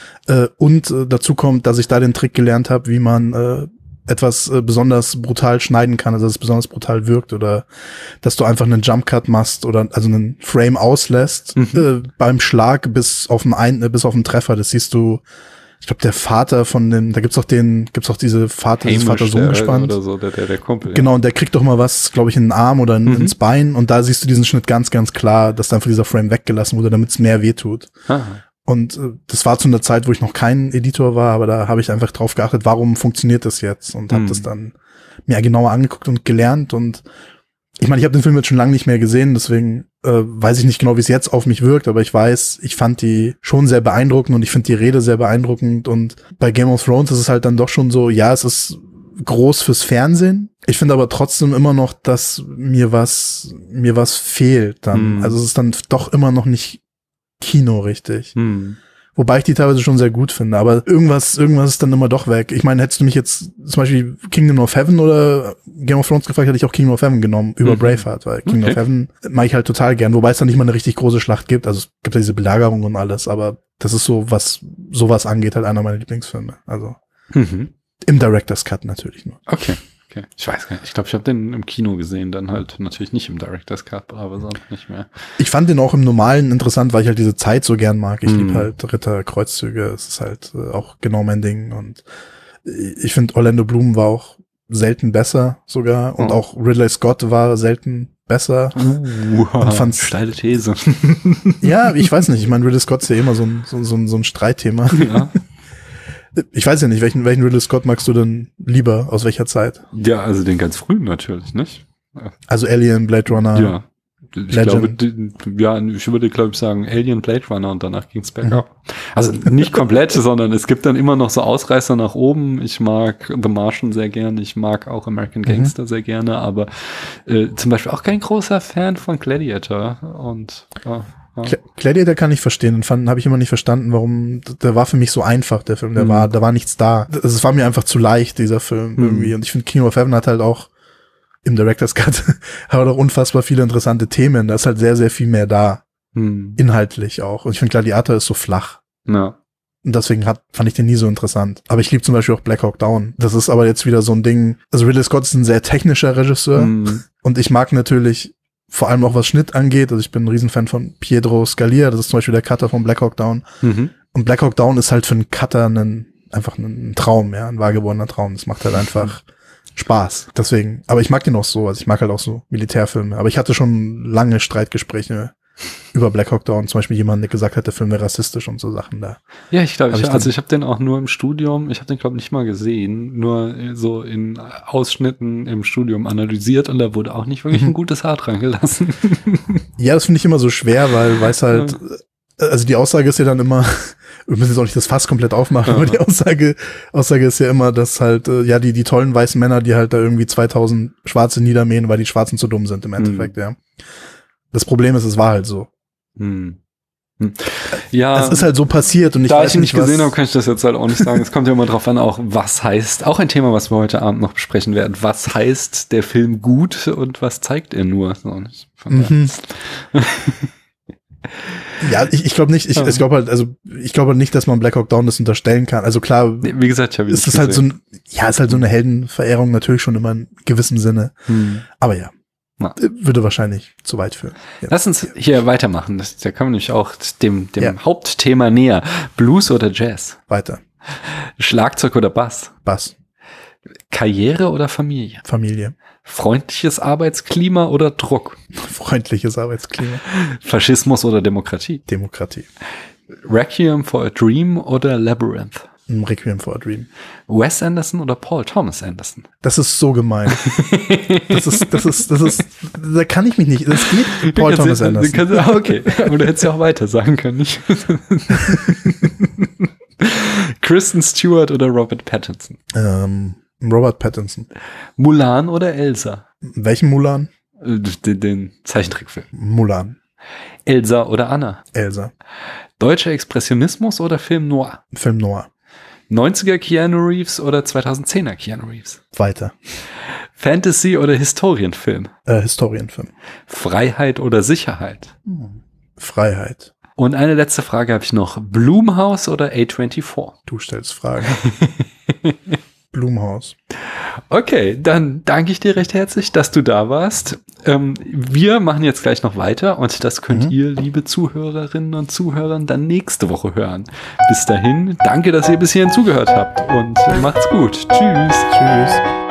Und dazu kommt, dass ich da den Trick gelernt habe, wie man etwas besonders brutal schneiden kann, also dass es besonders brutal wirkt oder dass du einfach einen Jump Cut machst oder also einen Frame auslässt beim Schlag bis auf den Treffer. Das siehst du. Ich glaube, der Vater von dem, da gibt's auch diese Vater-Sohn-Gespann. Oder so, der Kumpel. Genau, und der kriegt doch mal was, glaube ich, in den Arm oder ins Bein und da siehst du diesen Schnitt ganz, ganz klar, dass da einfach dieser Frame weggelassen wurde, damit es mehr wehtut. Und das war zu einer Zeit, wo ich noch kein Editor war, aber da habe ich einfach drauf geachtet, warum funktioniert das jetzt und habe das dann mir genauer angeguckt und gelernt und ich meine, ich habe den Film jetzt schon lange nicht mehr gesehen, deswegen weiß ich nicht genau, wie es jetzt auf mich wirkt, aber ich weiß, ich fand die schon sehr beeindruckend und ich finde die Rede sehr beeindruckend und bei Game of Thrones ist es halt dann doch schon so, ja, es ist groß fürs Fernsehen. Ich finde aber trotzdem immer noch, dass mir was fehlt dann. Also es ist dann doch immer noch nicht Kino richtig. Wobei ich die teilweise schon sehr gut finde, aber irgendwas ist dann immer doch weg. Ich meine, hättest du mich jetzt zum Beispiel Kingdom of Heaven oder Game of Thrones gefragt, hätte ich auch Kingdom of Heaven genommen über Braveheart, weil Kingdom of Heaven mag ich halt total gern, wobei es dann nicht mal eine richtig große Schlacht gibt. Also es gibt ja diese Belagerung und alles, aber das ist so, was sowas angeht, halt einer meiner Lieblingsfilme. Also im Director's Cut natürlich nur. Okay. Ich weiß gar nicht. Ich glaube, ich habe den im Kino gesehen, dann halt natürlich nicht im Director's Cut, aber sonst nicht mehr. Ich fand den auch im Normalen interessant, weil ich halt diese Zeit so gern mag. Ich liebe halt Ritter, Kreuzzüge. Es ist halt auch genau mein Ding. Und ich finde, Orlando Bloom war auch selten besser sogar. Und auch Ridley Scott war selten besser. Und fand's, steile These. Ja, ich weiß nicht. Ich meine, Ridley Scott ist ja immer so ein Streitthema. Ja. Ich weiß ja nicht, welchen Ridley Scott magst du denn lieber? Aus welcher Zeit? Ja, also den ganz frühen natürlich, nicht? Also Alien, Blade Runner. Ja. Ich würde, glaube ich, sagen Alien, Blade Runner und danach ging's bergab. Also nicht komplett, sondern es gibt dann immer noch so Ausreißer nach oben. Ich mag The Martian sehr gerne, ich mag auch American Gangster sehr gerne, aber zum Beispiel auch kein großer Fan von Gladiator und Gladiator kann ich verstehen. Den habe ich immer nicht verstanden, warum. Der war für mich so einfach, der Film. Da war nichts da. Es war mir einfach zu leicht, dieser Film irgendwie. Und ich finde, Kingdom of Heaven hat halt auch im Director's Cut hat auch unfassbar viele interessante Themen. Da ist halt sehr, sehr viel mehr da. Inhaltlich auch. Und ich finde, Gladiator ist so flach. Ja. Und deswegen fand ich den nie so interessant. Aber ich liebe zum Beispiel auch Black Hawk Down. Das ist aber jetzt wieder so ein Ding. Also Ridley Scott ist ein sehr technischer Regisseur. Und ich mag natürlich vor allem auch was Schnitt angeht. Also ich bin ein Riesenfan von Pietro Scalia. Das ist zum Beispiel der Cutter von Black Hawk Down. Und Black Hawk Down ist halt für einen Cutter einfach ein Traum, ja, ein wahrgewordener Traum. Das macht halt einfach Spaß. Deswegen. Aber ich mag den auch so. Also ich mag halt auch so Militärfilme. Aber ich hatte schon lange Streitgespräche über Black Hawk Down, zum Beispiel jemand, der gesagt hat, der Film wäre rassistisch und so Sachen da. Ja, ich glaube, ich habe den auch nur im Studium, ich habe den, glaube ich, nicht mal gesehen, nur so in Ausschnitten im Studium analysiert und da wurde auch nicht wirklich ein gutes Haar dran gelassen. Ja, das finde ich immer so schwer, weil es halt, also die Aussage ist ja dann immer, wir müssen jetzt auch nicht das Fass komplett aufmachen, aber die Aussage ist ja immer, dass halt, die tollen weißen Männer, die halt da irgendwie 2000 Schwarze niedermähen, weil die Schwarzen zu dumm sind im Endeffekt, ja. Das Problem ist, es war halt so. Ja. Es ist halt so passiert und da ich ihn nicht gesehen habe, kann ich das jetzt halt auch nicht sagen. Es kommt ja immer drauf an, auch was heißt, auch ein Thema, was wir heute Abend noch besprechen werden. Was heißt der Film gut und was zeigt er nur? So, ja, ich glaube nicht, ich glaube halt nicht, dass man Black Hawk Down das unterstellen kann. Also klar, wie gesagt, ich habe ist halt so ist halt so eine Heldenverehrung natürlich schon immer in gewissem Sinne. Aber ja. Würde wahrscheinlich zu weit führen. Ja. Lass uns hier weitermachen. Da kommen wir nämlich auch dem Hauptthema näher. Blues oder Jazz? Weiter. Schlagzeug oder Bass? Bass. Karriere oder Familie? Familie. Freundliches Arbeitsklima oder Druck? Freundliches Arbeitsklima. Faschismus oder Demokratie? Demokratie. Requiem for a Dream oder Labyrinth? Requiem for a Dream. Wes Anderson oder Paul Thomas Anderson? Das ist so gemein. das ist, da kann ich mich nicht, das geht Paul Thomas Anderson. Okay, aber du hättest ja auch weiter sagen können, nicht? Kristen Stewart oder Robert Pattinson? Robert Pattinson. Mulan oder Elsa? Welchen Mulan? Den Zeichentrickfilm. Mulan. Elsa oder Anna? Elsa. Deutscher Expressionismus oder Film Noir? Film Noir. 90er Keanu Reeves oder 2010er Keanu Reeves? Weiter. Fantasy oder Historienfilm? Historienfilm. Freiheit oder Sicherheit? Freiheit. Und eine letzte Frage habe ich noch. Blumhouse oder A24? Du stellst Fragen. Blumhouse. Okay, dann danke ich dir recht herzlich, dass du da warst. Wir machen jetzt gleich noch weiter und das könnt ihr, liebe Zuhörerinnen und Zuhörer, dann nächste Woche hören. Bis dahin, danke, dass ihr bis hierhin zugehört habt und macht's gut. Tschüss. Tschüss.